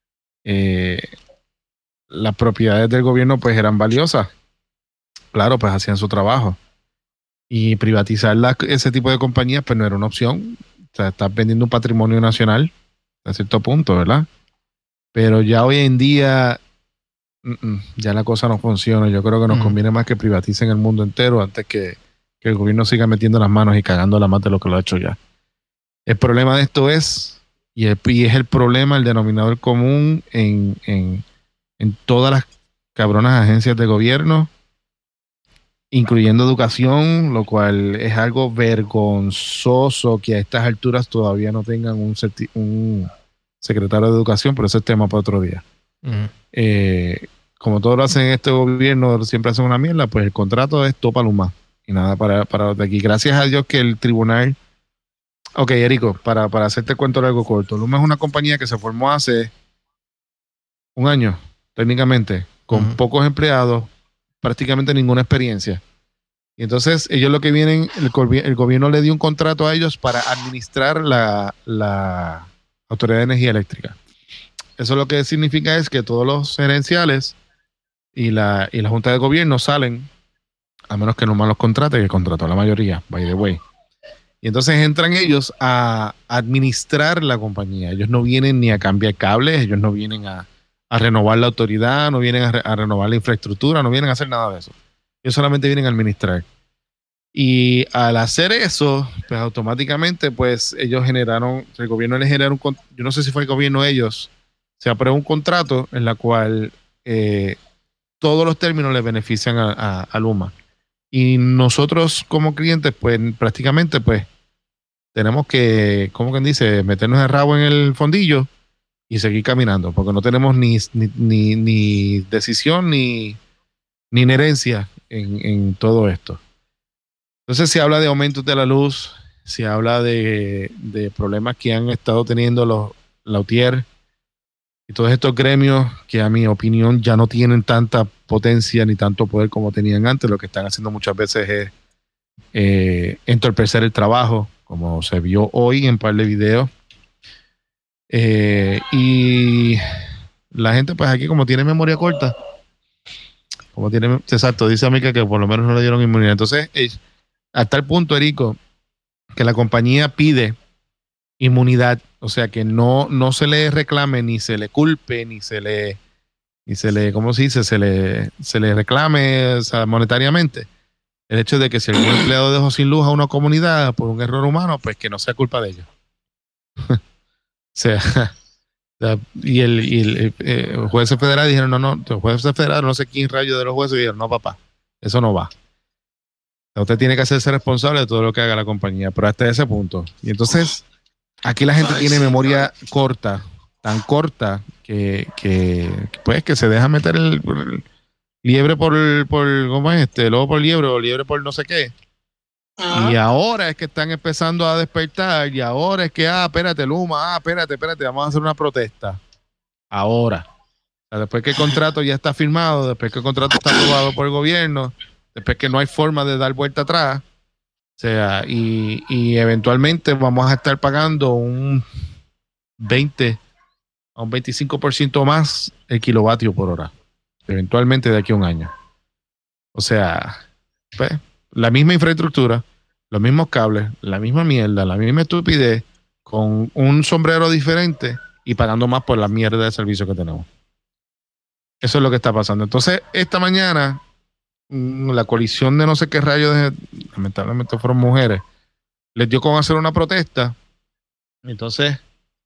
las propiedades del gobierno pues eran valiosas. Claro, pues hacían su trabajo. Y privatizar ese tipo de compañías pues no era una opción. O sea, estás vendiendo un patrimonio nacional a cierto punto, ¿verdad? Pero ya hoy en día ya la cosa no funciona. Yo creo que nos conviene más que privaticen el mundo entero antes que el gobierno siga metiendo las manos y cagándola más de lo que lo ha hecho ya. El problema de esto es el problema, el denominador común en todas las cabronas agencias de gobierno, incluyendo educación, lo cual es algo vergonzoso que a estas alturas todavía no tengan un secretario de educación, pero ese es tema para otro día. Como todos lo hacen en este gobierno, siempre hacen una mierda, pues el contrato es topa luma y nada para los de aquí. Gracias a Dios que el tribunal... Ok, Erico, para hacerte cuento algo corto, Luma es una compañía que se formó hace un año, técnicamente, con pocos empleados, prácticamente ninguna experiencia. Y entonces ellos lo que vienen, el gobierno le dio un contrato a ellos para administrar la Autoridad de Energía Eléctrica. Eso lo que significa es que todos los gerenciales y la Junta de Gobierno salen, a menos que Luma los contrate, que contrató la mayoría, by the way. Y entonces entran ellos a administrar la compañía. Ellos no vienen ni a cambiar cables, ellos no vienen a renovar la autoridad, no vienen a renovar la infraestructura, no vienen a hacer nada de eso. Ellos solamente vienen a administrar. Y al hacer eso, pues automáticamente, pues ellos el gobierno les generó yo no sé si fue el gobierno ellos, se aprobó un contrato en la cual todos los términos les benefician a Luma. Y nosotros como clientes, pues prácticamente, pues tenemos que, como quien dice, meternos el rabo en el fondillo y seguir caminando, porque no tenemos ni decisión ni inherencia en todo esto. Entonces se habla de aumentos de la luz, se habla de problemas que han estado teniendo la UTIER y todos estos gremios que a mi opinión ya no tienen tanta potencia ni tanto poder como tenían antes. Lo que están haciendo muchas veces es entorpecer el trabajo, como se vio hoy en un par de videos. Y la gente pues aquí como tiene memoria corta, exacto, dice Amica que por lo menos no le dieron inmunidad. Entonces hasta el punto, Erico, que la compañía pide inmunidad, o sea que no se le reclame, ni se le culpe, ni se le y se le, ¿cómo se dice? Se le reclame, o sea, monetariamente el hecho de que si algún empleado dejó sin luz a una comunidad por un error humano, pues que no sea culpa de ellos. O sea, y el juez federal dijeron, no, el juez federal, no sé quién rayo de los jueces, dijeron, no, papá, eso no va. Usted tiene que hacerse responsable de todo lo que haga la compañía, pero hasta ese punto. Y entonces, aquí la gente tiene memoria corta, tan corta, que pues que se deja meter el liebre por ¿cómo es lobo por liebre o liebre por no sé qué. Ajá. Y ahora es que están empezando a despertar y ahora es que, espérate, Luma, espérate, vamos a hacer una protesta. Ahora. O sea, después que el contrato ya está firmado, después que el contrato está aprobado por el gobierno, después que no hay forma de dar vuelta atrás, o sea, y eventualmente vamos a estar pagando un 20 a un 25% más el kilovatio por hora. Eventualmente de aquí a un año. O sea, pues, la misma infraestructura, los mismos cables, la misma mierda, la misma estupidez, con un sombrero diferente y pagando más por la mierda de servicio que tenemos. Eso es lo que está pasando. Entonces, esta mañana, la coalición de no sé qué rayos, lamentablemente fueron mujeres, les dio con hacer una protesta. Entonces,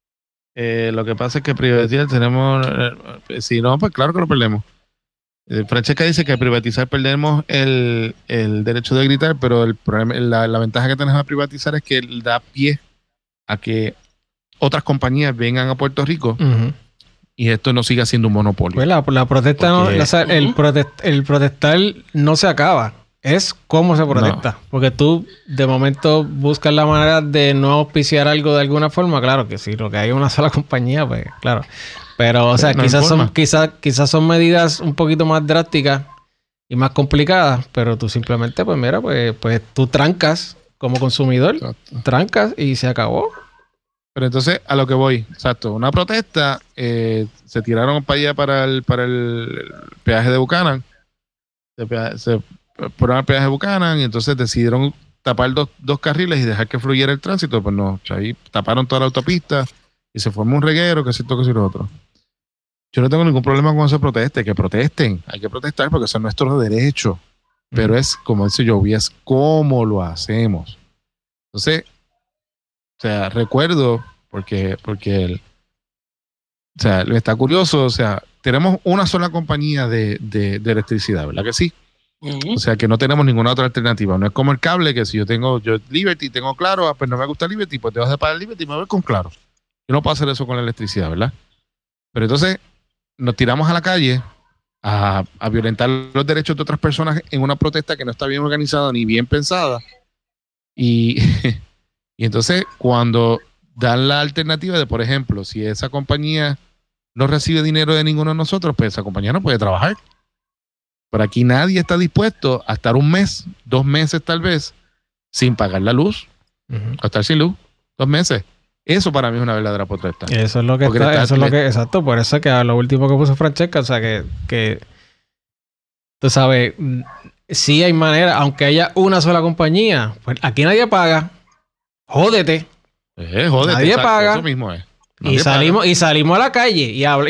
lo que pasa es que privatizar tenemos, si no, pues claro que lo perdemos. Francesca dice que al privatizar perdemos el derecho de gritar, pero el problema, la ventaja que tenemos a privatizar es que da pie a que otras compañías vengan a Puerto Rico y esto no siga siendo un monopolio. Pues la protesta porque, el protestar no se acaba. Es cómo se protesta. No. Porque tú de momento buscas la manera de no auspiciar algo de alguna forma. Claro que sí, lo que hay una sola compañía, pues claro. Pero, o sea, no quizás son medidas un poquito más drásticas y más complicadas, pero tú simplemente, pues mira, pues tú trancas como consumidor, trancas y se acabó. Pero entonces, a lo que voy, exacto, una protesta, se tiraron para allá para el peaje de Buchanan, se fueron al peaje de Buchanan y entonces decidieron tapar dos carriles y dejar que fluyera el tránsito. Pues no, ahí taparon toda la autopista y se formó un reguero, que si esto, que si lo otro. Yo no tengo ningún problema con esa protesta, que protesten, hay que protestar porque eso es nuestro derecho, pero es, como dice Joey, es cómo lo hacemos. Entonces, o sea, recuerdo, porque o sea, está curioso, o sea, tenemos una sola compañía de electricidad, ¿verdad que sí? O sea, que no tenemos ninguna otra alternativa. No es como el cable, que si yo Liberty, tengo Claro, pues no me gusta Liberty, pues te vas a pagar Liberty y me voy con Claro. Yo no puedo hacer eso con la electricidad, ¿verdad? Pero entonces nos tiramos a la calle a violentar los derechos de otras personas en una protesta que no está bien organizada ni bien pensada. Y entonces cuando dan la alternativa de, por ejemplo, si esa compañía no recibe dinero de ninguno de nosotros, pues esa compañía no puede trabajar. Por aquí nadie está dispuesto a estar un mes, 2 meses tal vez, sin pagar la luz, a estar sin luz, 2 meses. Eso para mí es una verdadera protesta. Eso es lo que exacto, por eso es que lo último que puso Francesca, o sea, que tú sabes, sí hay manera, aunque haya una sola compañía, pues aquí nadie paga. Jódete. Jódete, nadie exacto, paga. Eso mismo es. Y salimos a la calle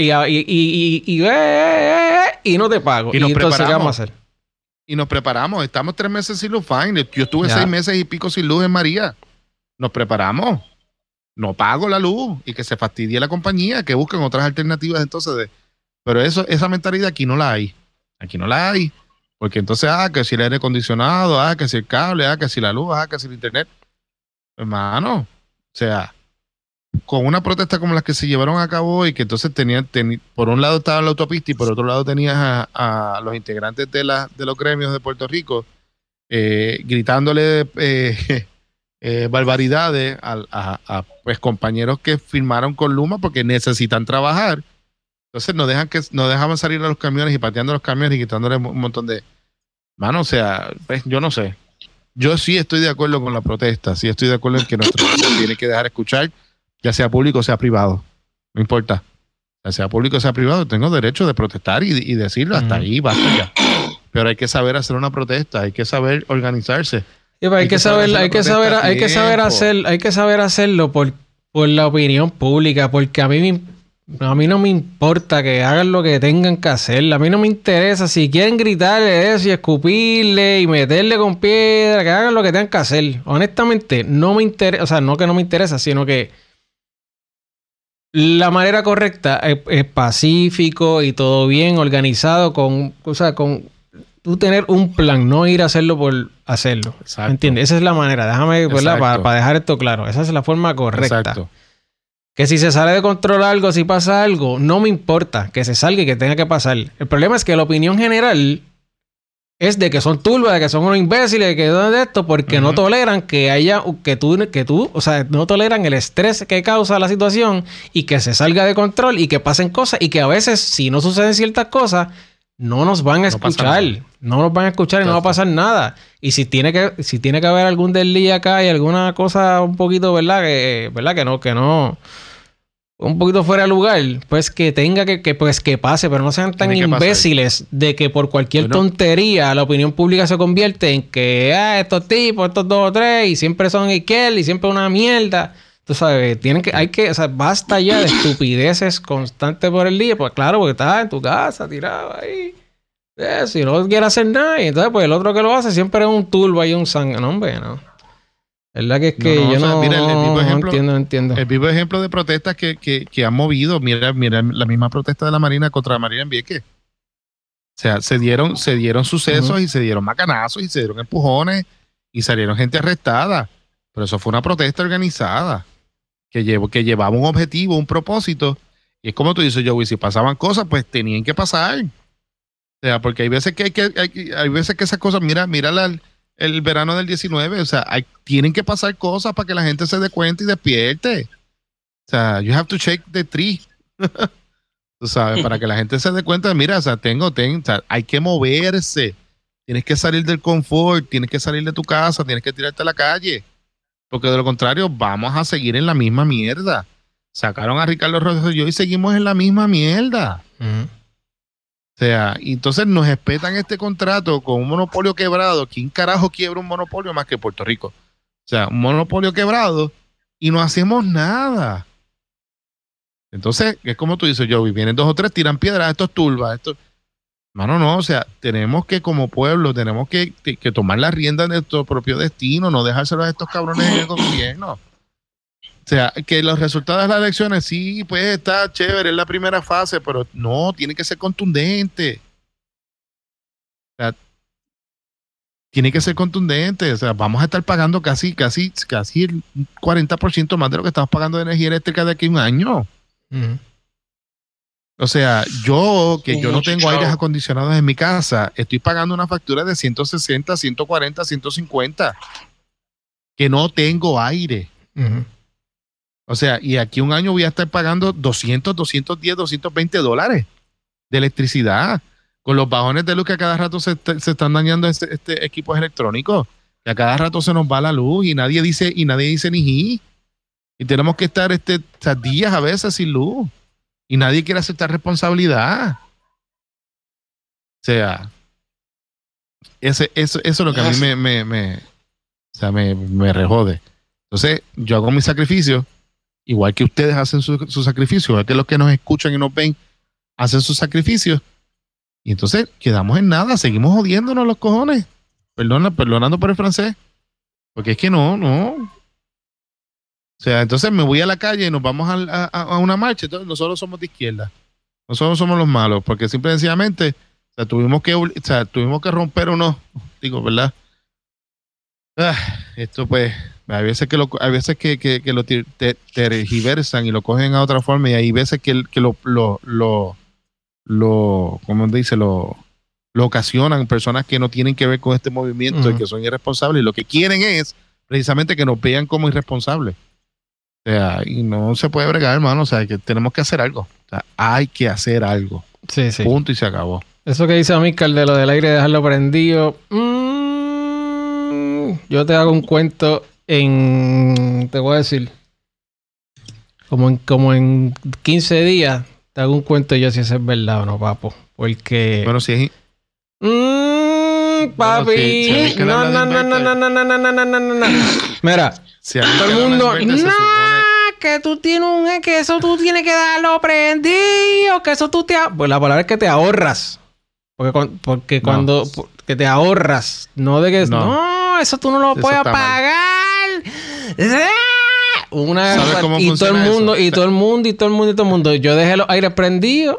y no te pago. Y nos entonces, preparamos. ¿qué vamos a hacer? Y nos preparamos. Estamos 3 meses sin luz, fine. Yo estuve 6 meses y pico sin luz en María. Nos preparamos. No pago la luz y que se fastidie la compañía, que busquen otras alternativas entonces. Pero esa mentalidad aquí no la hay. Aquí no la hay. Porque entonces, que si el aire acondicionado, que si el cable, que si la luz, que si el internet. Hermano, o sea, con una protesta como las que se llevaron a cabo y que entonces por un lado estaba la autopista y por otro lado tenías a los integrantes de los gremios de Puerto Rico gritándole barbaridades a pues compañeros que firmaron con Luma porque necesitan trabajar. Entonces no dejaban salir a los camiones y pateando los camiones y quitándole un montón de... Mano, o sea, pues, yo no sé. Yo sí estoy de acuerdo con la protesta, sí estoy de acuerdo en que nuestro pueblo tiene que dejar escuchar, ya sea público o sea privado, no importa, ya sea público o sea privado, tengo derecho de protestar y decirlo, hasta ahí, basta ya. Pero hay que saber hacer una protesta, hay que saber organizarse. Hay que saber hacerlo por la opinión pública, porque a mí A mí no me importa que hagan lo que tengan que hacer. A mí no me interesa. Si quieren gritarle eso y escupirle y meterle con piedra, que hagan lo que tengan que hacer. Honestamente, no me interesa. O sea, no que no me interesa, sino que la manera correcta es pacífico y todo bien organizado con tú tener un plan, no ir a hacerlo por hacerlo. Exacto. ¿Entiendes? Esa es la manera. Déjame, ¿verdad? Para dejar esto claro. Esa es la forma correcta. Exacto. Que si se sale de control algo, si pasa algo, no me importa que se salga y que tenga que pasar. El problema es que la opinión general es de que son turbas, de que son unos imbéciles, que de esto, porque no toleran que haya, que tú, o sea, no toleran el estrés que causa la situación y que se salga de control y que pasen cosas y que a veces, si no suceden ciertas cosas, no nos van a escuchar. No nos van a escuchar y no va a pasar nada. Y si tiene que haber algún desliz acá y alguna cosa un poquito, ¿verdad? Que no un poquito fuera de lugar, pues que tenga que pase, pero no sean tan imbéciles de que por cualquier tontería la opinión pública se convierte en que estos tipos, estos 2 o 3 y siempre son izquierda y siempre una mierda. Tú sabes, o sea, basta ya de estupideces constantes por el día. Pues claro, porque estás en tu casa tirado ahí. Si no quiere hacer nada, y entonces pues el otro que lo hace siempre es un turbo y un sangre. No, hombre, no. ¿Verdad que es que yo no, mira, no entiendo? El vivo ejemplo de protestas que han movido. Mira la misma protesta de la Marina contra la Marina en Vieques. O sea, se dieron sucesos y se dieron macanazos y se dieron empujones y salieron gente arrestada. Pero eso fue una protesta organizada que llevaba un objetivo, un propósito. Y es como tú dices, Joey, si pasaban cosas, pues tenían que pasar. O sea, porque hay veces que hay veces que esas cosas, mira el verano del 19, o sea, tienen que pasar cosas para que la gente se dé cuenta y despierte. O sea, you have to shake the tree. Tú sabes, para que la gente se dé cuenta, mira, o sea, o sea, hay que moverse. Tienes que salir del confort, tienes que salir de tu casa, tienes que tirarte a la calle. Porque de lo contrario, vamos a seguir en la misma mierda. Sacaron a Ricardo Rosselló y seguimos en la misma mierda. O sea, y entonces nos respetan este contrato con un monopolio quebrado. ¿Quién carajo quiebra un monopolio más que Puerto Rico? O sea, un monopolio quebrado y no hacemos nada. Entonces, es como tú dices, Joey, vienen 2 o 3, tiran piedras, estos turbas, Mano, no, o sea, tenemos que como pueblo, tenemos que tomar las riendas de nuestro propio destino, no dejárselo a estos cabrones en el gobierno. O sea, que los resultados de las elecciones, sí, pues está chévere, es la primera fase, pero no, tiene que ser contundente. O sea, tiene que ser contundente. O sea, vamos a estar pagando casi el 40% más de lo que estamos pagando de energía eléctrica de aquí a un año. O sea, yo no tengo aires acondicionados en mi casa, estoy pagando una factura de 160, 140, 150, que no tengo aire. O sea, y aquí un año voy a estar pagando 200, 210, 220 dólares de electricidad, con los bajones de luz que a cada rato se están dañando este equipos electrónicos, que a cada rato se nos va la luz y nadie dice ni ji. Y tenemos que estar días a veces sin luz. Y nadie quiere aceptar responsabilidad. O sea, eso es lo que a mí me rejode. Entonces, yo hago mi sacrificio, igual que ustedes hacen su sacrificio, igual que los que nos escuchan y nos ven hacen sus sacrificios. Y entonces quedamos en nada, seguimos jodiéndonos los cojones. Perdonando por el francés. Porque es que no. O sea, entonces me voy a la calle y nos vamos a una marcha. Entonces nosotros somos de izquierda. Nosotros somos los malos. Porque simple y sencillamente, tuvimos que romper unos, ¿verdad? Esto pues, hay veces que lo tergiversan y lo cogen a otra forma, y hay veces que ¿cómo dice? Lo ocasionan personas que no tienen que ver con este movimiento y que son irresponsables, y lo que quieren es precisamente que nos vean como irresponsables. O sea, y no se puede bregar, hermano. O sea, que tenemos que hacer algo. O sea, hay que hacer algo. Sí. Punto y se acabó. Eso que dice Amílcar de lo del aire, dejarlo prendido. Yo te hago un cuento te voy a decir, como en 15 días, te hago un cuento yo si eso es verdad o no, papo. Porque... Bueno, si es... papi. No. Mira, todo el mundo... que tú tienes que eso tú tienes que darlo prendido, que eso tú pues la palabra es que te ahorras. Porque cuando que te ahorras, no de que no, eso tú no lo puedes pagar. Y todo el mundo. Yo dejé los aires prendidos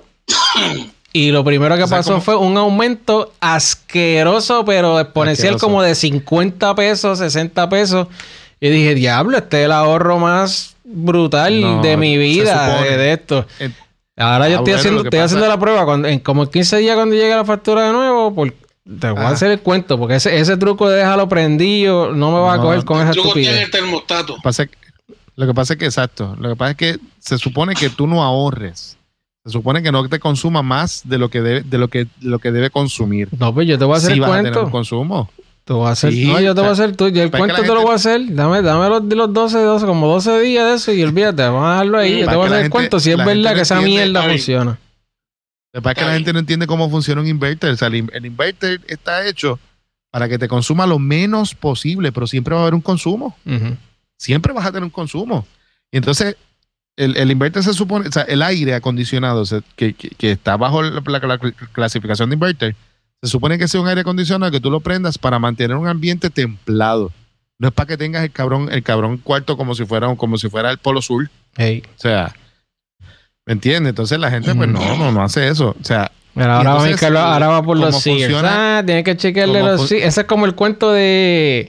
y lo primero que pasó fue un aumento asqueroso, pero exponencial, como de 50 pesos, 60 pesos. Y dije, diablo, este es el ahorro más brutal de mi vida de esto. Ahora yo estoy haciendo la prueba. En como 15 días cuando llegue la factura de nuevo, te voy a hacer el cuento, porque ese truco de dejarlo prendido no me va a coger con esa estupidez. Tiene el termostato. Lo que pasa es que, exacto, lo que pasa es que se supone que tú no ahorres. Se supone que no te consuma más de lo que debe consumir. No, pues yo te voy a hacer el cuento. Vas a tener un consumo. Te voy a hacer, yo te voy a hacer tú. Yo el cuento te lo voy a hacer. Dame los 12, como 12 días de eso y olvídate, vamos a dejarlo ahí. Yo te voy a hacer el cuento si es verdad que esa mierda funciona. Lo que pasa es que la gente no entiende cómo funciona un inverter. O sea, el inverter está hecho para que te consuma lo menos posible, pero siempre va a haber un consumo. Siempre vas a tener un consumo. Y entonces, el inverter se supone, o sea, el aire acondicionado que está bajo la clasificación de inverter, se supone que sea un aire acondicionado que tú lo prendas para mantener un ambiente templado. No es para que tengas el cabrón cuarto como si fuera el Polo Sur. Hey. O sea, ¿me entiendes? Entonces la gente pues no hace eso. O sea, pero ahora va por los Sears. Tienes que chequearle los Sears. Ese es como el cuento de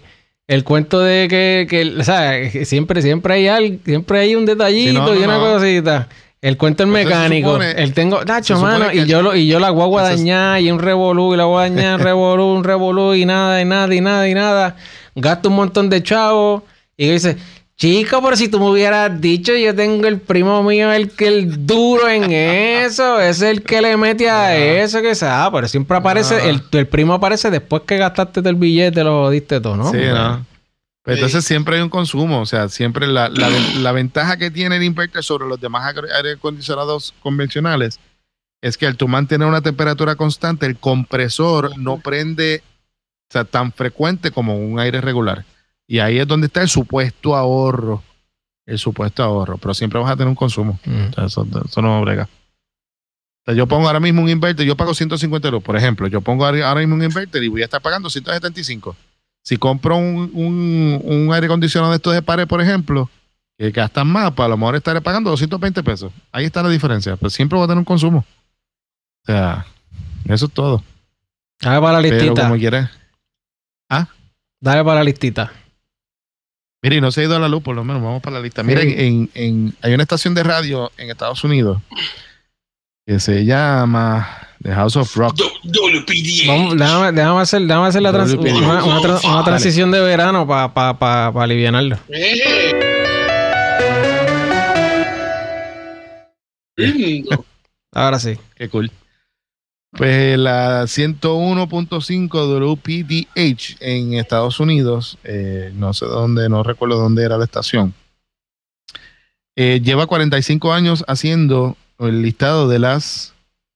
que o sea, siempre hay un detallito y una cosita. El cuento del mecánico. Mano, y yo la guagua dañada y un revolú, y la voy a dañar un revolú y nada. Gasto un montón de chavos. Y dice, chico, pero si tú me hubieras dicho, yo tengo el primo mío, el duro en eso, es el que le mete a eso, que sabe. Pero siempre aparece, el primo aparece después que gastaste el billete, lo diste todo, ¿no? Sí, ¿no? Pero entonces siempre hay un consumo, o sea, siempre la ventaja que tiene el inverter sobre los demás aire acondicionados convencionales es que al tú mantener una temperatura constante, el compresor no prende, o sea, tan frecuente como un aire regular. Y ahí es donde está el supuesto ahorro, pero siempre vas a tener un consumo. O sea, eso no brega. O sea, yo pongo ahora mismo un inverter, yo pago 150 euros, por ejemplo, yo pongo ahora mismo un inverter y voy a estar pagando 175. Si compro un aire acondicionado de estos de pared, por ejemplo, que gastan más, pues a lo mejor estaré pagando 220 pesos. Ahí está la diferencia. Pero siempre voy a tener un consumo. O sea, eso es todo. Dale para la listita. Pero como quieras. Dale para la listita. Mire, no se ha ido a la luz, por lo menos. Vamos para la lista. Miren, hay una estación de radio en Estados Unidos que se llama The House of Rock. WPDH. Déjame hacer una transición de verano para alivianarlo. Ahora sí. Qué cool. Pues la 101.5 WPDH en Estados Unidos, no sé dónde, no recuerdo dónde era la estación, lleva 45 años haciendo el listado de las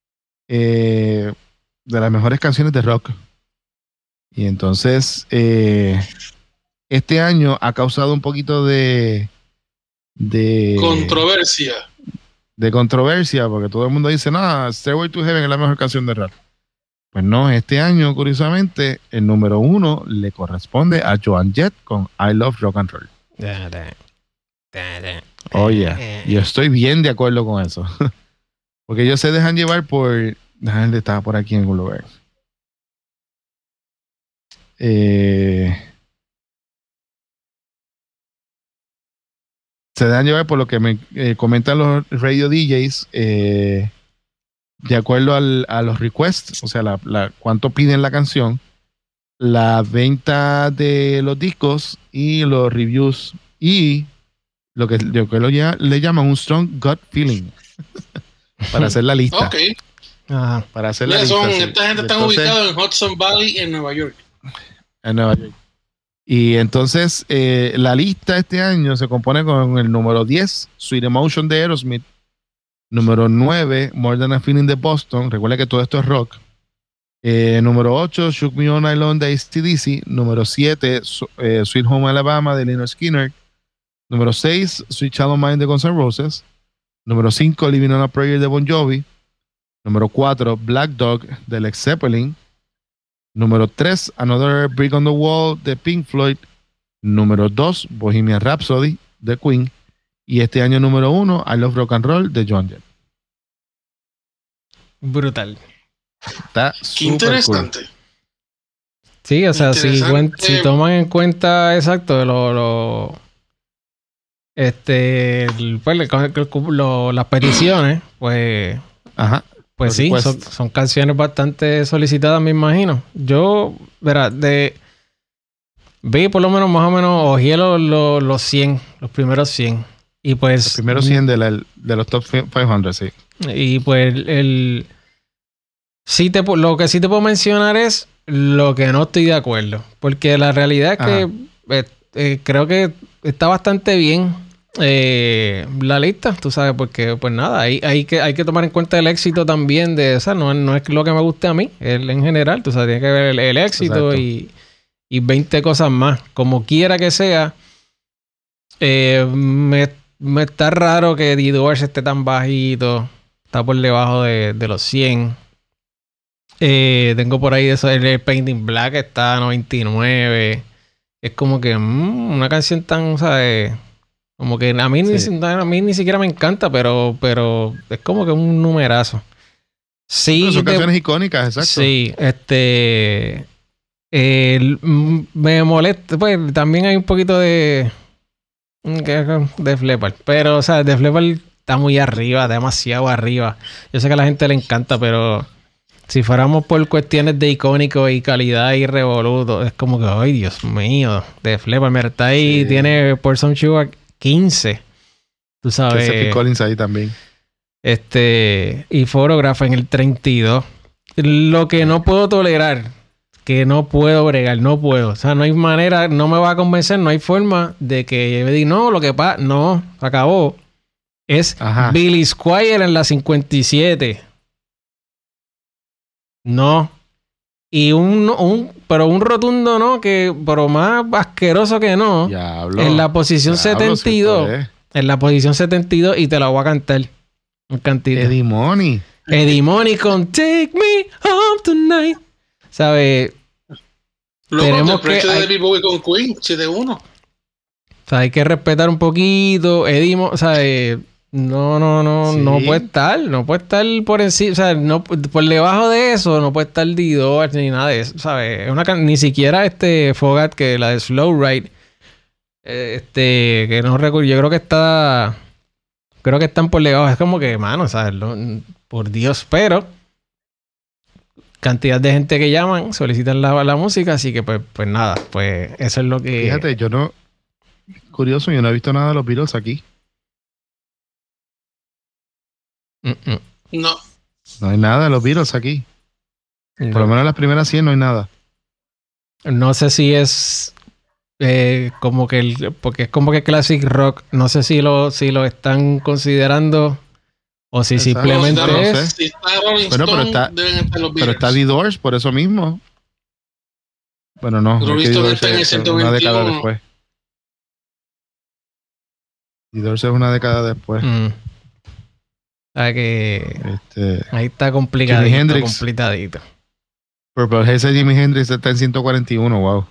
mejores canciones de rock. Y entonces este año ha causado un poquito de controversia. De controversia, porque todo el mundo dice, no, Stairway to Heaven es la mejor canción de rock. Pues no, este año, curiosamente, el número 1 le corresponde a Joan Jett con I Love Rock and Roll. Oye, yo estoy bien de acuerdo con eso. Porque ellos se dejan llevar por... Estaba por aquí en algún lugar. Se dejan llevar por lo que me comentan los radio DJs, de acuerdo a los requests, o sea, cuánto piden la canción, la venta de los discos y los reviews y lo que le llaman un strong gut feeling para hacer la lista. Ok. Ajá. Para hacer la lista. Esta gente está ubicada en Hudson Valley, en Nueva York. Y entonces la lista este año se compone con el número 10, Sweet Emotion de Aerosmith, número 9, More Than a Feeling de Boston, recuerda que todo esto es rock, número 8, Shook Me All Night Long de AC/DC, número 7, Sweet Home Alabama de Lynyrd Skynyrd, Número 6, Sweet Child O' Mine de Guns N' Roses. Número 5, Living on a Prayer de Bon Jovi. Número 4, Black Dog de Led Zeppelin. Número 3, Another Brick on the Wall de Pink Floyd. Número 2, Bohemian Rhapsody de Queen. Y este año número 1, I Love Rock and Roll de Joan Jett. Brutal. Está Qué interesante. Cool. Sí, o sea, si toman en cuenta exacto las peticiones, pues, ajá, pues sí, son canciones bastante solicitadas, me imagino. Yo, verá, vi por lo menos más o menos, ojeé los 100, los primeros 100. Y pues... Los primeros 100 de los top 500, sí. Y pues lo que sí te puedo mencionar es lo que no estoy de acuerdo. Porque la realidad es que creo que está bastante bien la lista, tú sabes, porque pues nada, hay que tomar en cuenta el éxito también de esa, no es lo que me guste a mí, en general, tú sabes, tiene que ver el éxito y 20 cosas más. Como quiera que sea, me está raro que The Doors esté tan bajito, está por debajo de los 100. Tengo por ahí eso, el Painting Black está a 99. Es como que una canción tan, ¿sabes? Como que a mí ni siquiera me encanta, pero es como que un numerazo. Sí, son canciones icónicas, exacto. Sí, me molesta, pues también hay un poquito de Def Leppard, pero o sea, Def Leppard está muy arriba, demasiado arriba. Yo sé que a la gente le encanta, pero si fuéramos por cuestiones de icónico y calidad y revoluto, es como que, ay, Dios mío, Def Leppard, mira, está ahí, tiene Pour Some Sugar 15, tú sabes. Phil Collins ahí también. Y Photograph en el 32. Lo que no puedo tolerar, que no puedo bregar, no puedo. O sea, no hay manera, no me va a convencer, no hay forma de que me diga, no, lo que pasa, no, acabó. Es Billy Squier en la 57. No. Y pero un rotundo no, pero más asqueroso que no. Diablo, en la posición 72. En la posición 72 y te la voy a cantar. Un cantito. Eddie Money con Take Me Home Tonight. ¿Sabes? Tenemos que... de David Bowie con Queen, 7-1. O sea, hay que respetar un poquito. Eddie, o sea, no puede estar por encima, o sea, no, por debajo de eso no puede estar D2 ni nada de eso, ¿sabes? Ni siquiera Fogat, que la de Slow Ride, que no recuerdo, yo creo que están por debajo, es como que, mano, ¿sabes? Por Dios, pero cantidad de gente que llaman, solicitan la música, así que pues nada, pues eso es lo que... Fíjate, yo no he visto nada de los Beatles aquí. No hay nada de los Beatles aquí. Por lo menos en las primeras 100 no hay nada. No sé si es como que porque es como que classic rock. No sé si lo están considerando o si simplemente es. Si está Rolling Stone, deben estar los Beatles. Pero está The Doors por eso mismo. Bueno, no. Rolling Stone está en el 121. Una década después. The Doors es una década después. O sea que ahí está complicadito. Purple Haze de Jimi Hendrix está en 141, wow.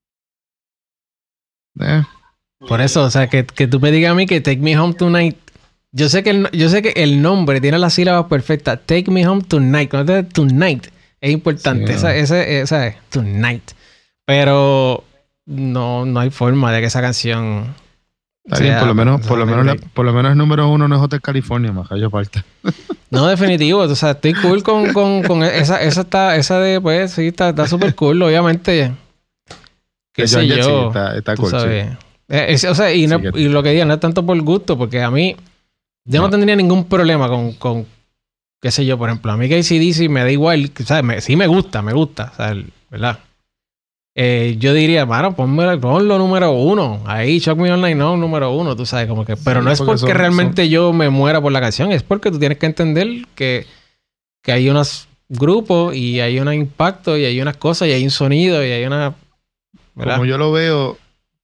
Por eso, o sea, que tú me digas a mí que Take Me Home Tonight. Yo sé que el nombre tiene las sílabas perfectas. Take Me Home Tonight. Cuando te Tonight es importante. Sí, esa es Tonight. Pero no hay forma de que esa canción... Está bien, por lo menos el número 1 no es Hotel California, más yo falta. No, definitivo, o sea, estoy cool con esa de, pues, sí, está súper cool, obviamente. Qué sé yo, está cool, sí. O sea, y lo que digo, no es tanto por gusto, porque a mí, yo no tendría ningún problema con qué sé yo, por ejemplo, a mí que AC/DC me da igual, ¿sabes? Sí me gusta, ¿sabes? ¿Verdad? Yo diría, mano, ponlo número 1. Ahí, Shock Me All Night, no, número 1, tú sabes, como que... Pero no es porque realmente yo me muera por la canción, es porque tú tienes que entender que hay unos grupos y hay un impacto y hay unas cosas y hay un sonido y hay una... ¿verdad? Como yo lo veo,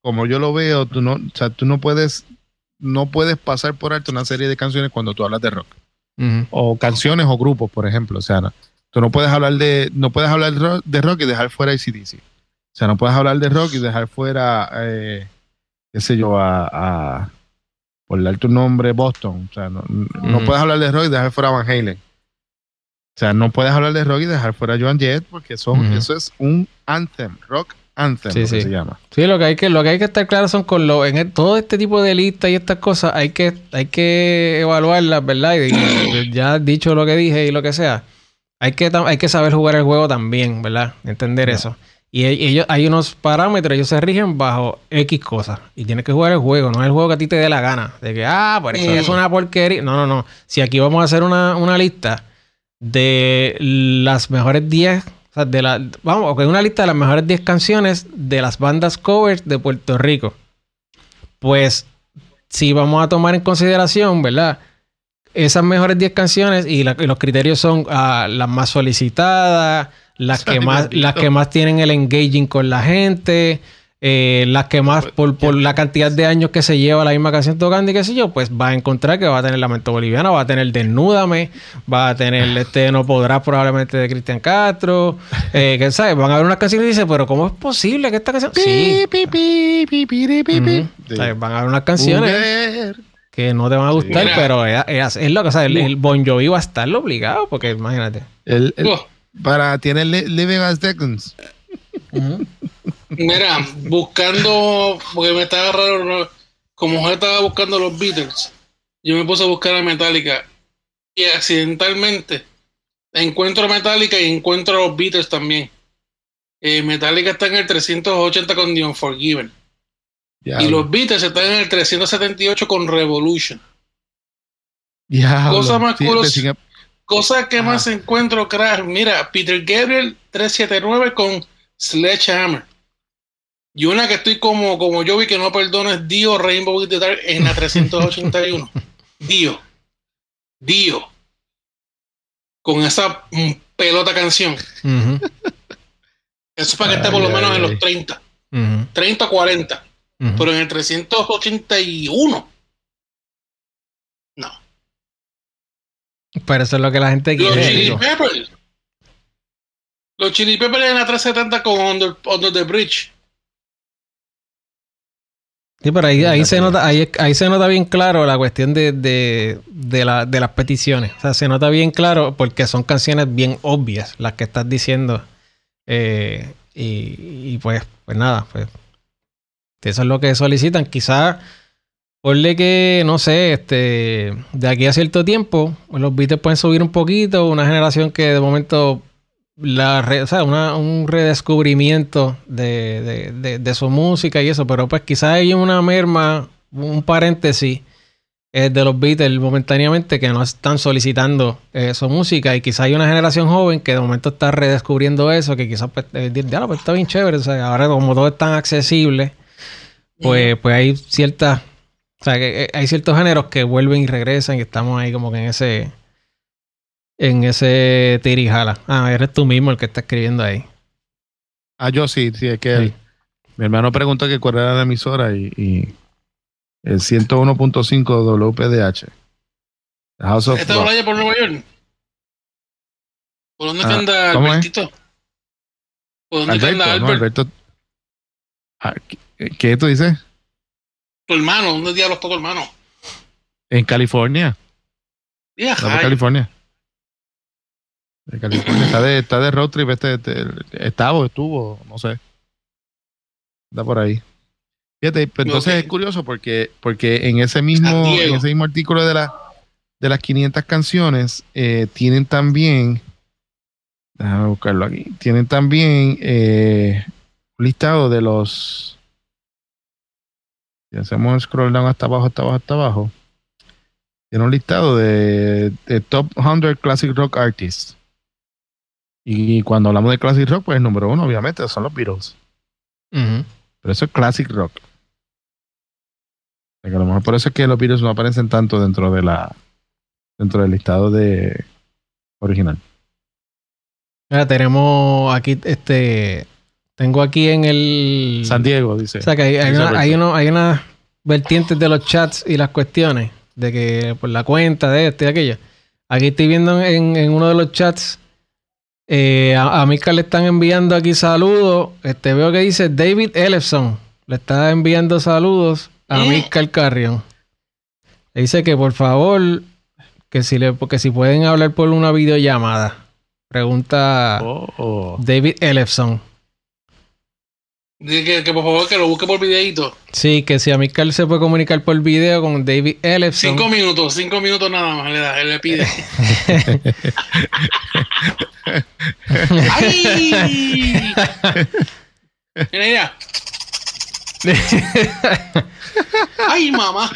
como yo lo veo, tú no puedes pasar por alto una serie de canciones cuando tú hablas de rock. O canciones o grupos, por ejemplo. O sea, tú no puedes hablar de rock y dejar fuera AC/DC. O sea, no puedes hablar de rock y dejar fuera, qué sé yo, por dar tu nombre, Boston. O sea, no puedes hablar de rock y dejar fuera Van Halen. O sea, no puedes hablar de rock y dejar fuera Joan Jett porque eso es un anthem, rock anthem, que se llama. Sí, lo que hay que estar claro son todo este tipo de listas y estas cosas hay que evaluarlas, ¿verdad? Y ya dicho lo que dije y lo que sea, hay que saber jugar el juego también, ¿verdad? Entender eso. Y ellos, hay unos parámetros, ellos se rigen bajo X cosas. Y tienes que jugar el juego, no es el juego que a ti te dé la gana. De que, pero es que es una porquería. No. Si aquí vamos a hacer una lista de las mejores 10, o sea, una lista de las mejores 10 canciones de las bandas covers de Puerto Rico. Pues, si vamos a tomar en consideración, ¿verdad? Esas mejores 10 canciones y los criterios son las más solicitadas, las que más tienen el engaging con la gente, las que más por la cantidad de años que se lleva la misma canción tocando y qué sé yo, pues va a encontrar que va a tener Lamento Boliviano, va a tener Desnúdame, va a tener No Podrás probablemente de Cristian Castro, que sabes, van a ver unas canciones y dicen, pero ¿cómo es posible que esta canción? Sí. Van a ver unas canciones que no te van a gustar, pero es lo que, o sea, el Bon Jovi va a estarlo obligado, porque imagínate. Tiene Living as Seconds. Mira, buscando, porque me estaba raro, como yo estaba buscando los Beatles, yo me puse a buscar a Metallica y accidentalmente encuentro a Metallica y encuentro a los Beatles también. Metallica está en el 380 con The Unforgiven. Y los Beatles están en el 378 con Revolution. Cosa más curiosa. Cosa que más encuentro, crash. Mira, Peter Gabriel 379 con Sledgehammer. Y una que estoy como yo vi que no perdono es Dio Rainbow in the Dark en la 381. Dio. Con esa pelota canción. Eso es para que esté por lo menos en los 30. 30 o 40. Pero en el 381. No. Pero eso es lo que la gente quiere. Los Chili Peppers en la 370 con Under the Bridge. Sí, pero ahí se nota bien claro la cuestión de las peticiones. O sea, se nota bien claro porque son canciones bien obvias las que estás diciendo. Y pues nada, pues eso es lo que solicitan. Quizás ponle que, no sé, de aquí a cierto tiempo, los Beatles pueden subir un poquito, una generación que de momento un redescubrimiento de su música y eso, pero pues quizás hay una merma, un paréntesis de los Beatles momentáneamente que no están solicitando su música y quizás hay una generación joven que de momento está redescubriendo eso, que quizás pues está bien chévere, o sea, ahora como todo es tan accesible, pues hay ciertas, o sea, que hay ciertos géneros que vuelven y regresan y estamos ahí como que en ese tirijala. Eres tú mismo el que está escribiendo ahí. Yo sí, es que mi hermano preguntó que cuál era la emisora y el 101.5 WPDH. House of ¿Esta playa por Nueva York? ¿Por dónde anda Albertito? ¿Por dónde anda Albert? Alberto. ¿Qué tú dices? Tu hermano, ¿dónde diablos está tu hermano? En California. Está California. De California. Está de road trip. Estuvo, no sé. Está por ahí. Fíjate, pues entonces es curioso porque en ese mismo artículo de las 500 canciones tienen también, déjame buscarlo aquí, tienen también un listado de los, si hacemos scroll down hasta abajo, tiene un listado de top 100 classic rock artists. Y cuando hablamos de classic rock, pues el número 1 obviamente son los Beatles. Pero eso es classic rock. O sea, que a lo mejor por eso es que los Beatles no aparecen tanto dentro del listado de original. Mira, tenemos aquí Tengo aquí en el... San Diego, dice. O sea, que hay unas vertientes de los chats y las cuestiones de que por la cuenta de esto y aquello. Aquí estoy viendo en uno de los chats a Mika le están enviando aquí saludos. Veo que dice David Ellefson. Le está enviando saludos a Mika Carrion. Le dice que por favor, que si pueden hablar por una videollamada. Pregunta David Ellefson. Dice que por favor que lo busque por videito. Sí, que si Amílcar se puede comunicar por video con David Ellefson. 5 minutos nada más él le pide. ¡Ay! Mira. ¡Ay, mamá!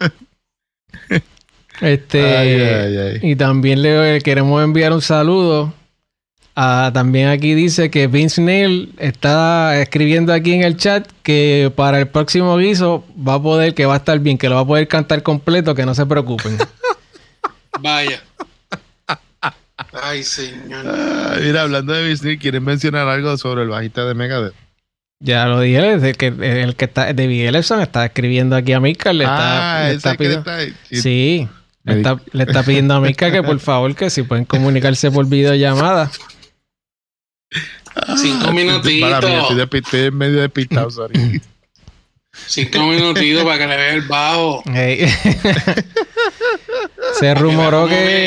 Y también le queremos enviar un saludo. También aquí dice que Vince Neil está escribiendo aquí en el chat que para el próximo guiso que va a estar bien, que lo va a poder cantar completo, que no se preocupen. Vaya. Ay, señor. Mira, hablando de Vince Neil, ¿quieren mencionar algo sobre el bajista de Megadeth? Ya lo dije, el que está, David Ellefson está escribiendo aquí a Mika, le está pidiendo. Sí. Le está pidiendo a Mika que por favor que si pueden comunicarse por videollamada. 5 minutitos. Estoy en medio de pintado, sorry. 5 minutitos para que le vea el bajo. Hey. Se rumoró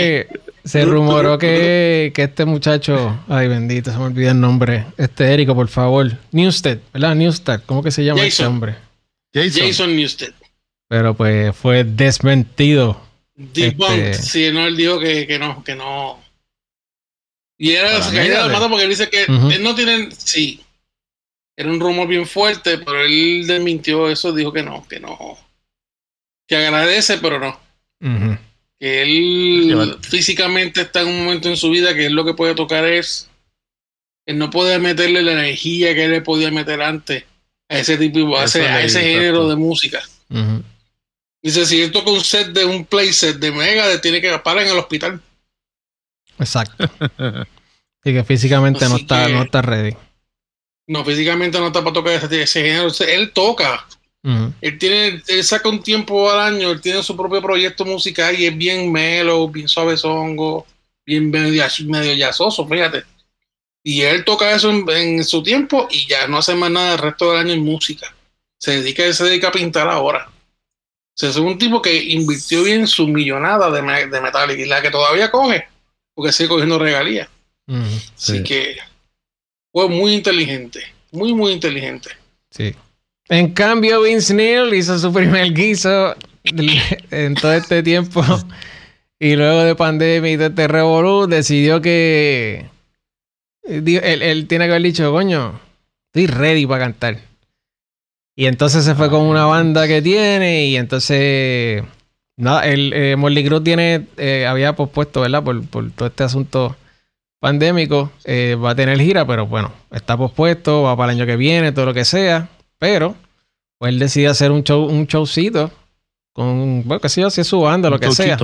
que este muchacho, ay bendito, se me olvidó el nombre. Érico, por favor. Newsted, ¿verdad? Newsted, ¿cómo que se llama este hombre? Jason Newsted. Pero pues fue desmentido. Debunked. Sí, no, él dijo que no. Y era se caía de la mata porque él dice que él no tiene. Sí. Era un rumor bien fuerte, pero él desmintió eso, dijo que no. Que agradece, pero no. Que él físicamente está en un momento en su vida que él lo que puede tocar es. Él no puede meterle la energía que él le podía meter antes a ese tipo, a ese género de música. Dice, si él toca un set de un playset de Megadeth, tiene que parar en el hospital. Exacto. Y que físicamente no está ready. No, físicamente no está para tocar ese género. Él toca. Él saca un tiempo al año, él tiene su propio proyecto musical y es bien mellow, bien suavezongo, bien medio jazzoso, fíjate. Y él toca eso en su tiempo y ya no hace más nada el resto del año en música. Se dedica a pintar ahora. O sea, es un tipo que invirtió bien su millonada de Metallica y la que todavía coge, porque sigue cogiendo regalías. Así que fue muy inteligente, muy, muy inteligente. Sí. En cambio, Vince Neil hizo su primer guiso en todo este tiempo y luego de pandemia y de este revolú, decidió que él tiene que haber dicho, coño, estoy ready para cantar. Y entonces se fue con una banda que tiene y entonces nada, Motley Crue había pospuesto, ¿verdad? Por todo este asunto pandémico, va a tener gira, pero bueno, está pospuesto, va para el año que viene, todo lo que sea, pero pues él decide hacer un showcito con, bueno, qué sé yo, si es su banda, lo que sea.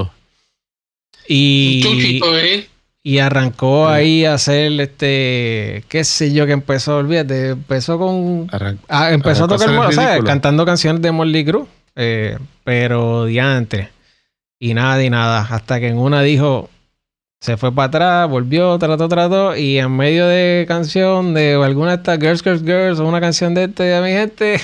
Y un showcito, y arrancó ahí a hacer qué sé yo, que empezó, olvídate, empezó a tocar, ¿sabes? Cantando canciones de Motley Crue, pero diantre. Y nada, hasta que en una dijo, se fue para atrás, volvió, trató, y en medio de canción de alguna de estas Girls, o una canción de mi gente,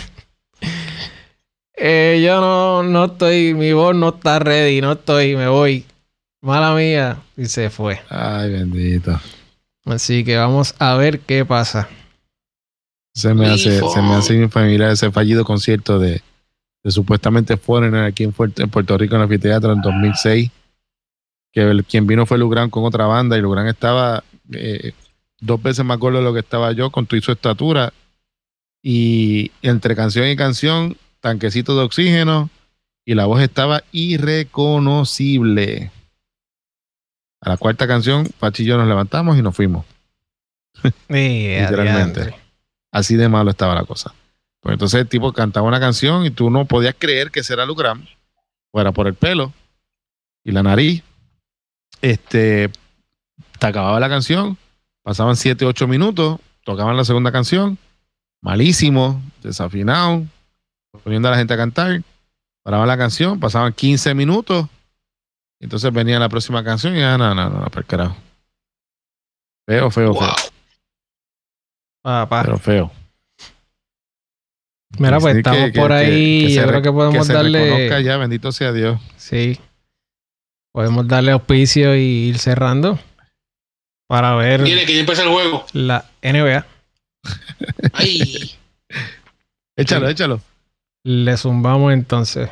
yo no estoy, mi voz no está ready, me voy. Mala mía. Y se fue. Ay, bendito. Así que vamos a ver qué pasa. Se me hace infamiliar ese fallido concierto de supuestamente Foreigner aquí en Puerto Rico en el anfiteatro en 2006. Que quien vino fue Lou Grant con otra banda y Lou Grant estaba 2 veces más gordo de lo que estaba yo con toda su estatura. Y entre canción y canción, tanquecito de oxígeno y la voz estaba irreconocible. A la 4ª canción, Pachi y yo nos levantamos y nos fuimos. Literalmente. Así de malo estaba la cosa. Pues entonces el tipo cantaba una canción y tú no podías creer que ese era Lou Grant. Fuera por el pelo y la nariz. Te acababa la canción, pasaban 7-8 minutos, tocaban la segunda canción malísimo, desafinado, poniendo a la gente a cantar. Paraban la canción, pasaban 15 minutos, entonces venía la próxima canción y ya, no, por carajo. Feo. Pero feo. Mira, pues estamos por ahí. Yo creo que podemos darle. Reconozca ya, bendito sea Dios. Sí. Podemos darle auspicio y ir cerrando. Para ver. Mire, que ya empieza el juego. La NBA. Ay. Échalo. Le zumbamos entonces.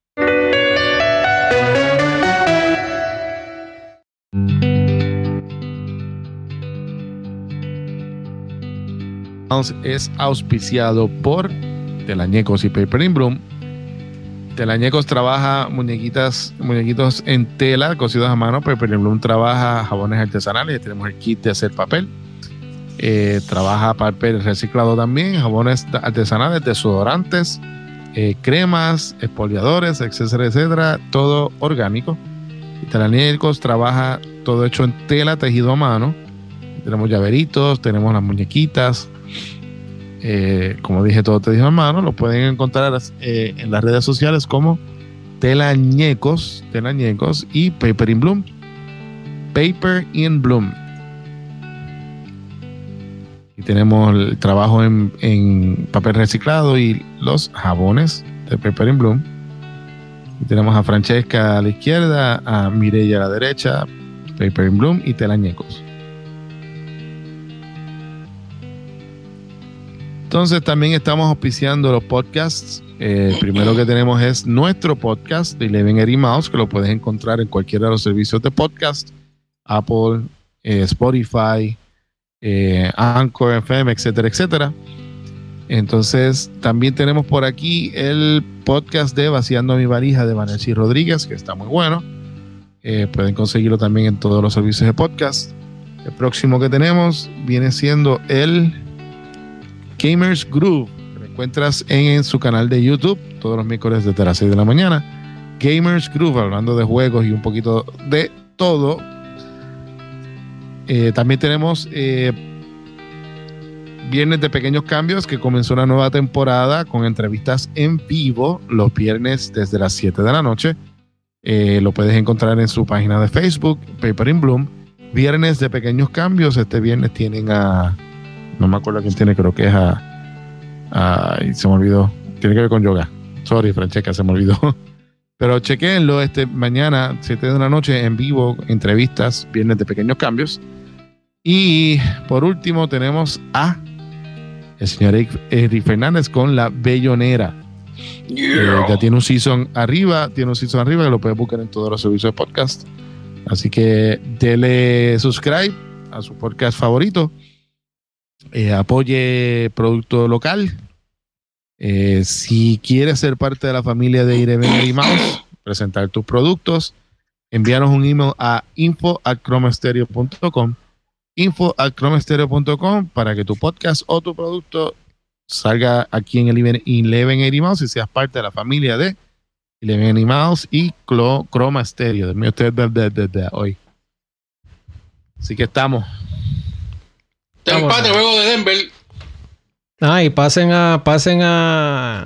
Es auspiciado por Telañecos y Paper in Bloom. Telañecos trabaja muñequitos en tela cosidos a mano. Paper in Bloom trabaja jabones artesanales. Ya tenemos el kit de hacer papel. Trabaja papel reciclado también, jabones artesanales, desodorantes, cremas, exfoliadores, etcétera, todo orgánico. Y Telañecos trabaja todo hecho en tela, tejido a mano. Tenemos llaveritos, tenemos las muñequitas. Como dije, todo tejido a mano. Lo pueden encontrar en las redes sociales como Telañecos y Paper in Bloom. Paper in Bloom. Y tenemos el trabajo en papel reciclado y los jabones de Paper in Bloom. Y tenemos a Francesca a la izquierda, a Mireya a la derecha, Paper in Bloom y Telañecos. Entonces también estamos auspiciando los podcasts. El primero que tenemos es nuestro podcast de Eleven Eddie Mouse, que lo puedes encontrar en cualquiera de los servicios de podcast, Apple, Spotify, Anchor FM, etcétera. Entonces también tenemos por aquí el podcast de Vaciando mi Valija de Vanessa Rodríguez, que está muy bueno. Pueden conseguirlo también en todos los servicios de podcast. El próximo que tenemos viene siendo el Gamers Groove, que lo encuentras en su canal de YouTube todos los miércoles desde las 6 de la mañana. Gamers Groove, hablando de juegos y un poquito de todo. También tenemos Viernes de Pequeños Cambios, que comenzó una nueva temporada con entrevistas en vivo los viernes desde las 7 de la noche. Lo puedes encontrar en su página de Facebook, Paper in Bloom. Viernes de Pequeños Cambios. Este viernes tienen a... No me acuerdo quién tiene, creo que es se me olvidó. Tiene que ver con yoga. Sorry, Francesca, se me olvidó. Pero chequéenlo mañana, 7 de la noche, en vivo, entrevistas, Viernes de Pequeños Cambios. Y por último tenemos a el señor Eric Fernández con La Bellonera. Ya tiene un season arriba, que lo puedes buscar en todos los servicios de podcast. Así que dele subscribe a su podcast favorito. Apoye producto local. Si quieres ser parte de la familia de Eleven Eddie Mouse, presentar tus productos, envíanos un email a info@chromastereo.com para que tu podcast o tu producto salga aquí en Eleven Eddie Mouse y seas parte de la familia de Eleven Eddie Mouse y Chroma Stereo. De mí usted desde hoy. Así que estamos. Empate luego de Denver. Y pasen a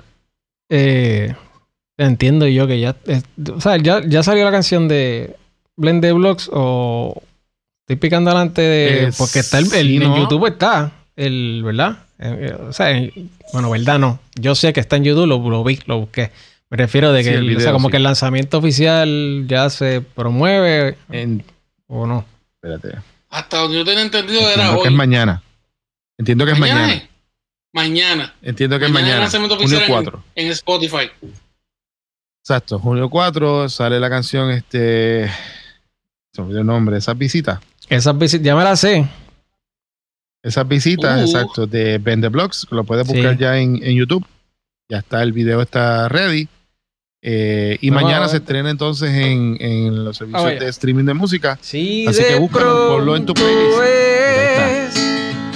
entiendo yo que ya ya salió la canción de Blend the Blocks, o estoy picando adelante de porque está en YouTube está ¿verdad? Bueno, verdad no. Yo sé que está en YouTube, lo vi, lo busqué. Me refiero de que como que el lanzamiento oficial ya se promueve o no. Espérate. Hasta donde yo tenía entendido era hoy. Que es mañana. Entiendo que es mañana. Mañana. Entiendo que es mañana. Junio 4. En Spotify. Exacto. Junio 4 sale la canción se me olvidó el nombre. Esas visitas, ya me la sé. Esas visitas, exacto, de Blend the Blocks, que lo puedes buscar ya en YouTube. Ya está, el video está ready. Y mañana se estrena entonces en los servicios de streaming de música. Sí, así que búscalo, ponlo en tu playlist. Ahí está.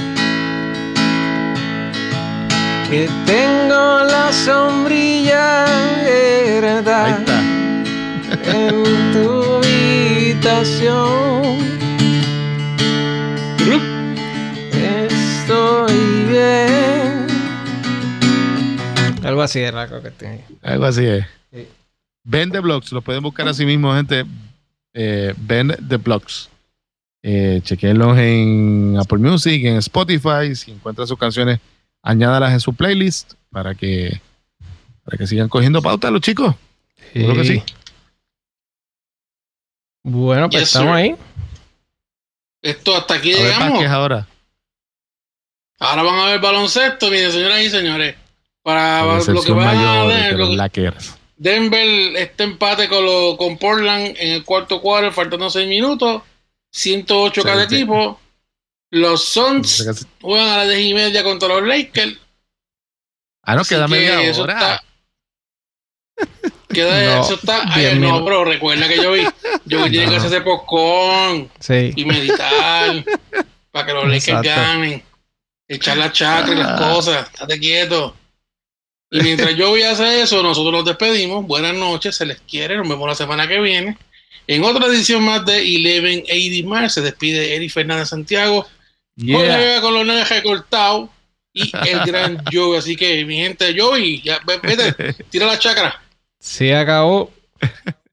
Que tengo la sombrilla hereda. Ahí está. En tu habitación. Estoy bien. Algo así es la cuestión. Algo así es. Sí. Ben the Blogs, lo pueden buscar así mismo, gente. Ben the Blogs. Chequenlos en Apple Music, en Spotify. Si encuentran sus canciones, añádalas en su playlist para que sigan cogiendo pauta los chicos. Creo que sí. Bueno, pues estamos ahí. Esto hasta aquí A ver, llegamos. Vázquez, ahora Van a ver baloncesto, miren, señoras y señores. Para la lo que decepción va a mayor ver, de los Lakers. Denver está empate con Portland en el cuarto cuarto, faltando 6 minutos. 108 cada equipo. Los Suns juegan a las 10:30 contra los Lakers. No, queda media hora. Eso está. No, pero recuerda que yo vi que tiene que hacerse popcorn y meditar para que los Lakers ganen. Echar la chacra y las cosas. Estate quieto. Y mientras yo voy a hacer eso, nosotros nos despedimos. Buenas noches, se les quiere. Nos vemos la semana que viene. En otra edición más de 1180 Mar se despide Eric Fernández Santiago. Con los nenes recortados y el gran Joey. Así que, mi gente, Joey, ya, vete, tira la chacra. Sí, acabó.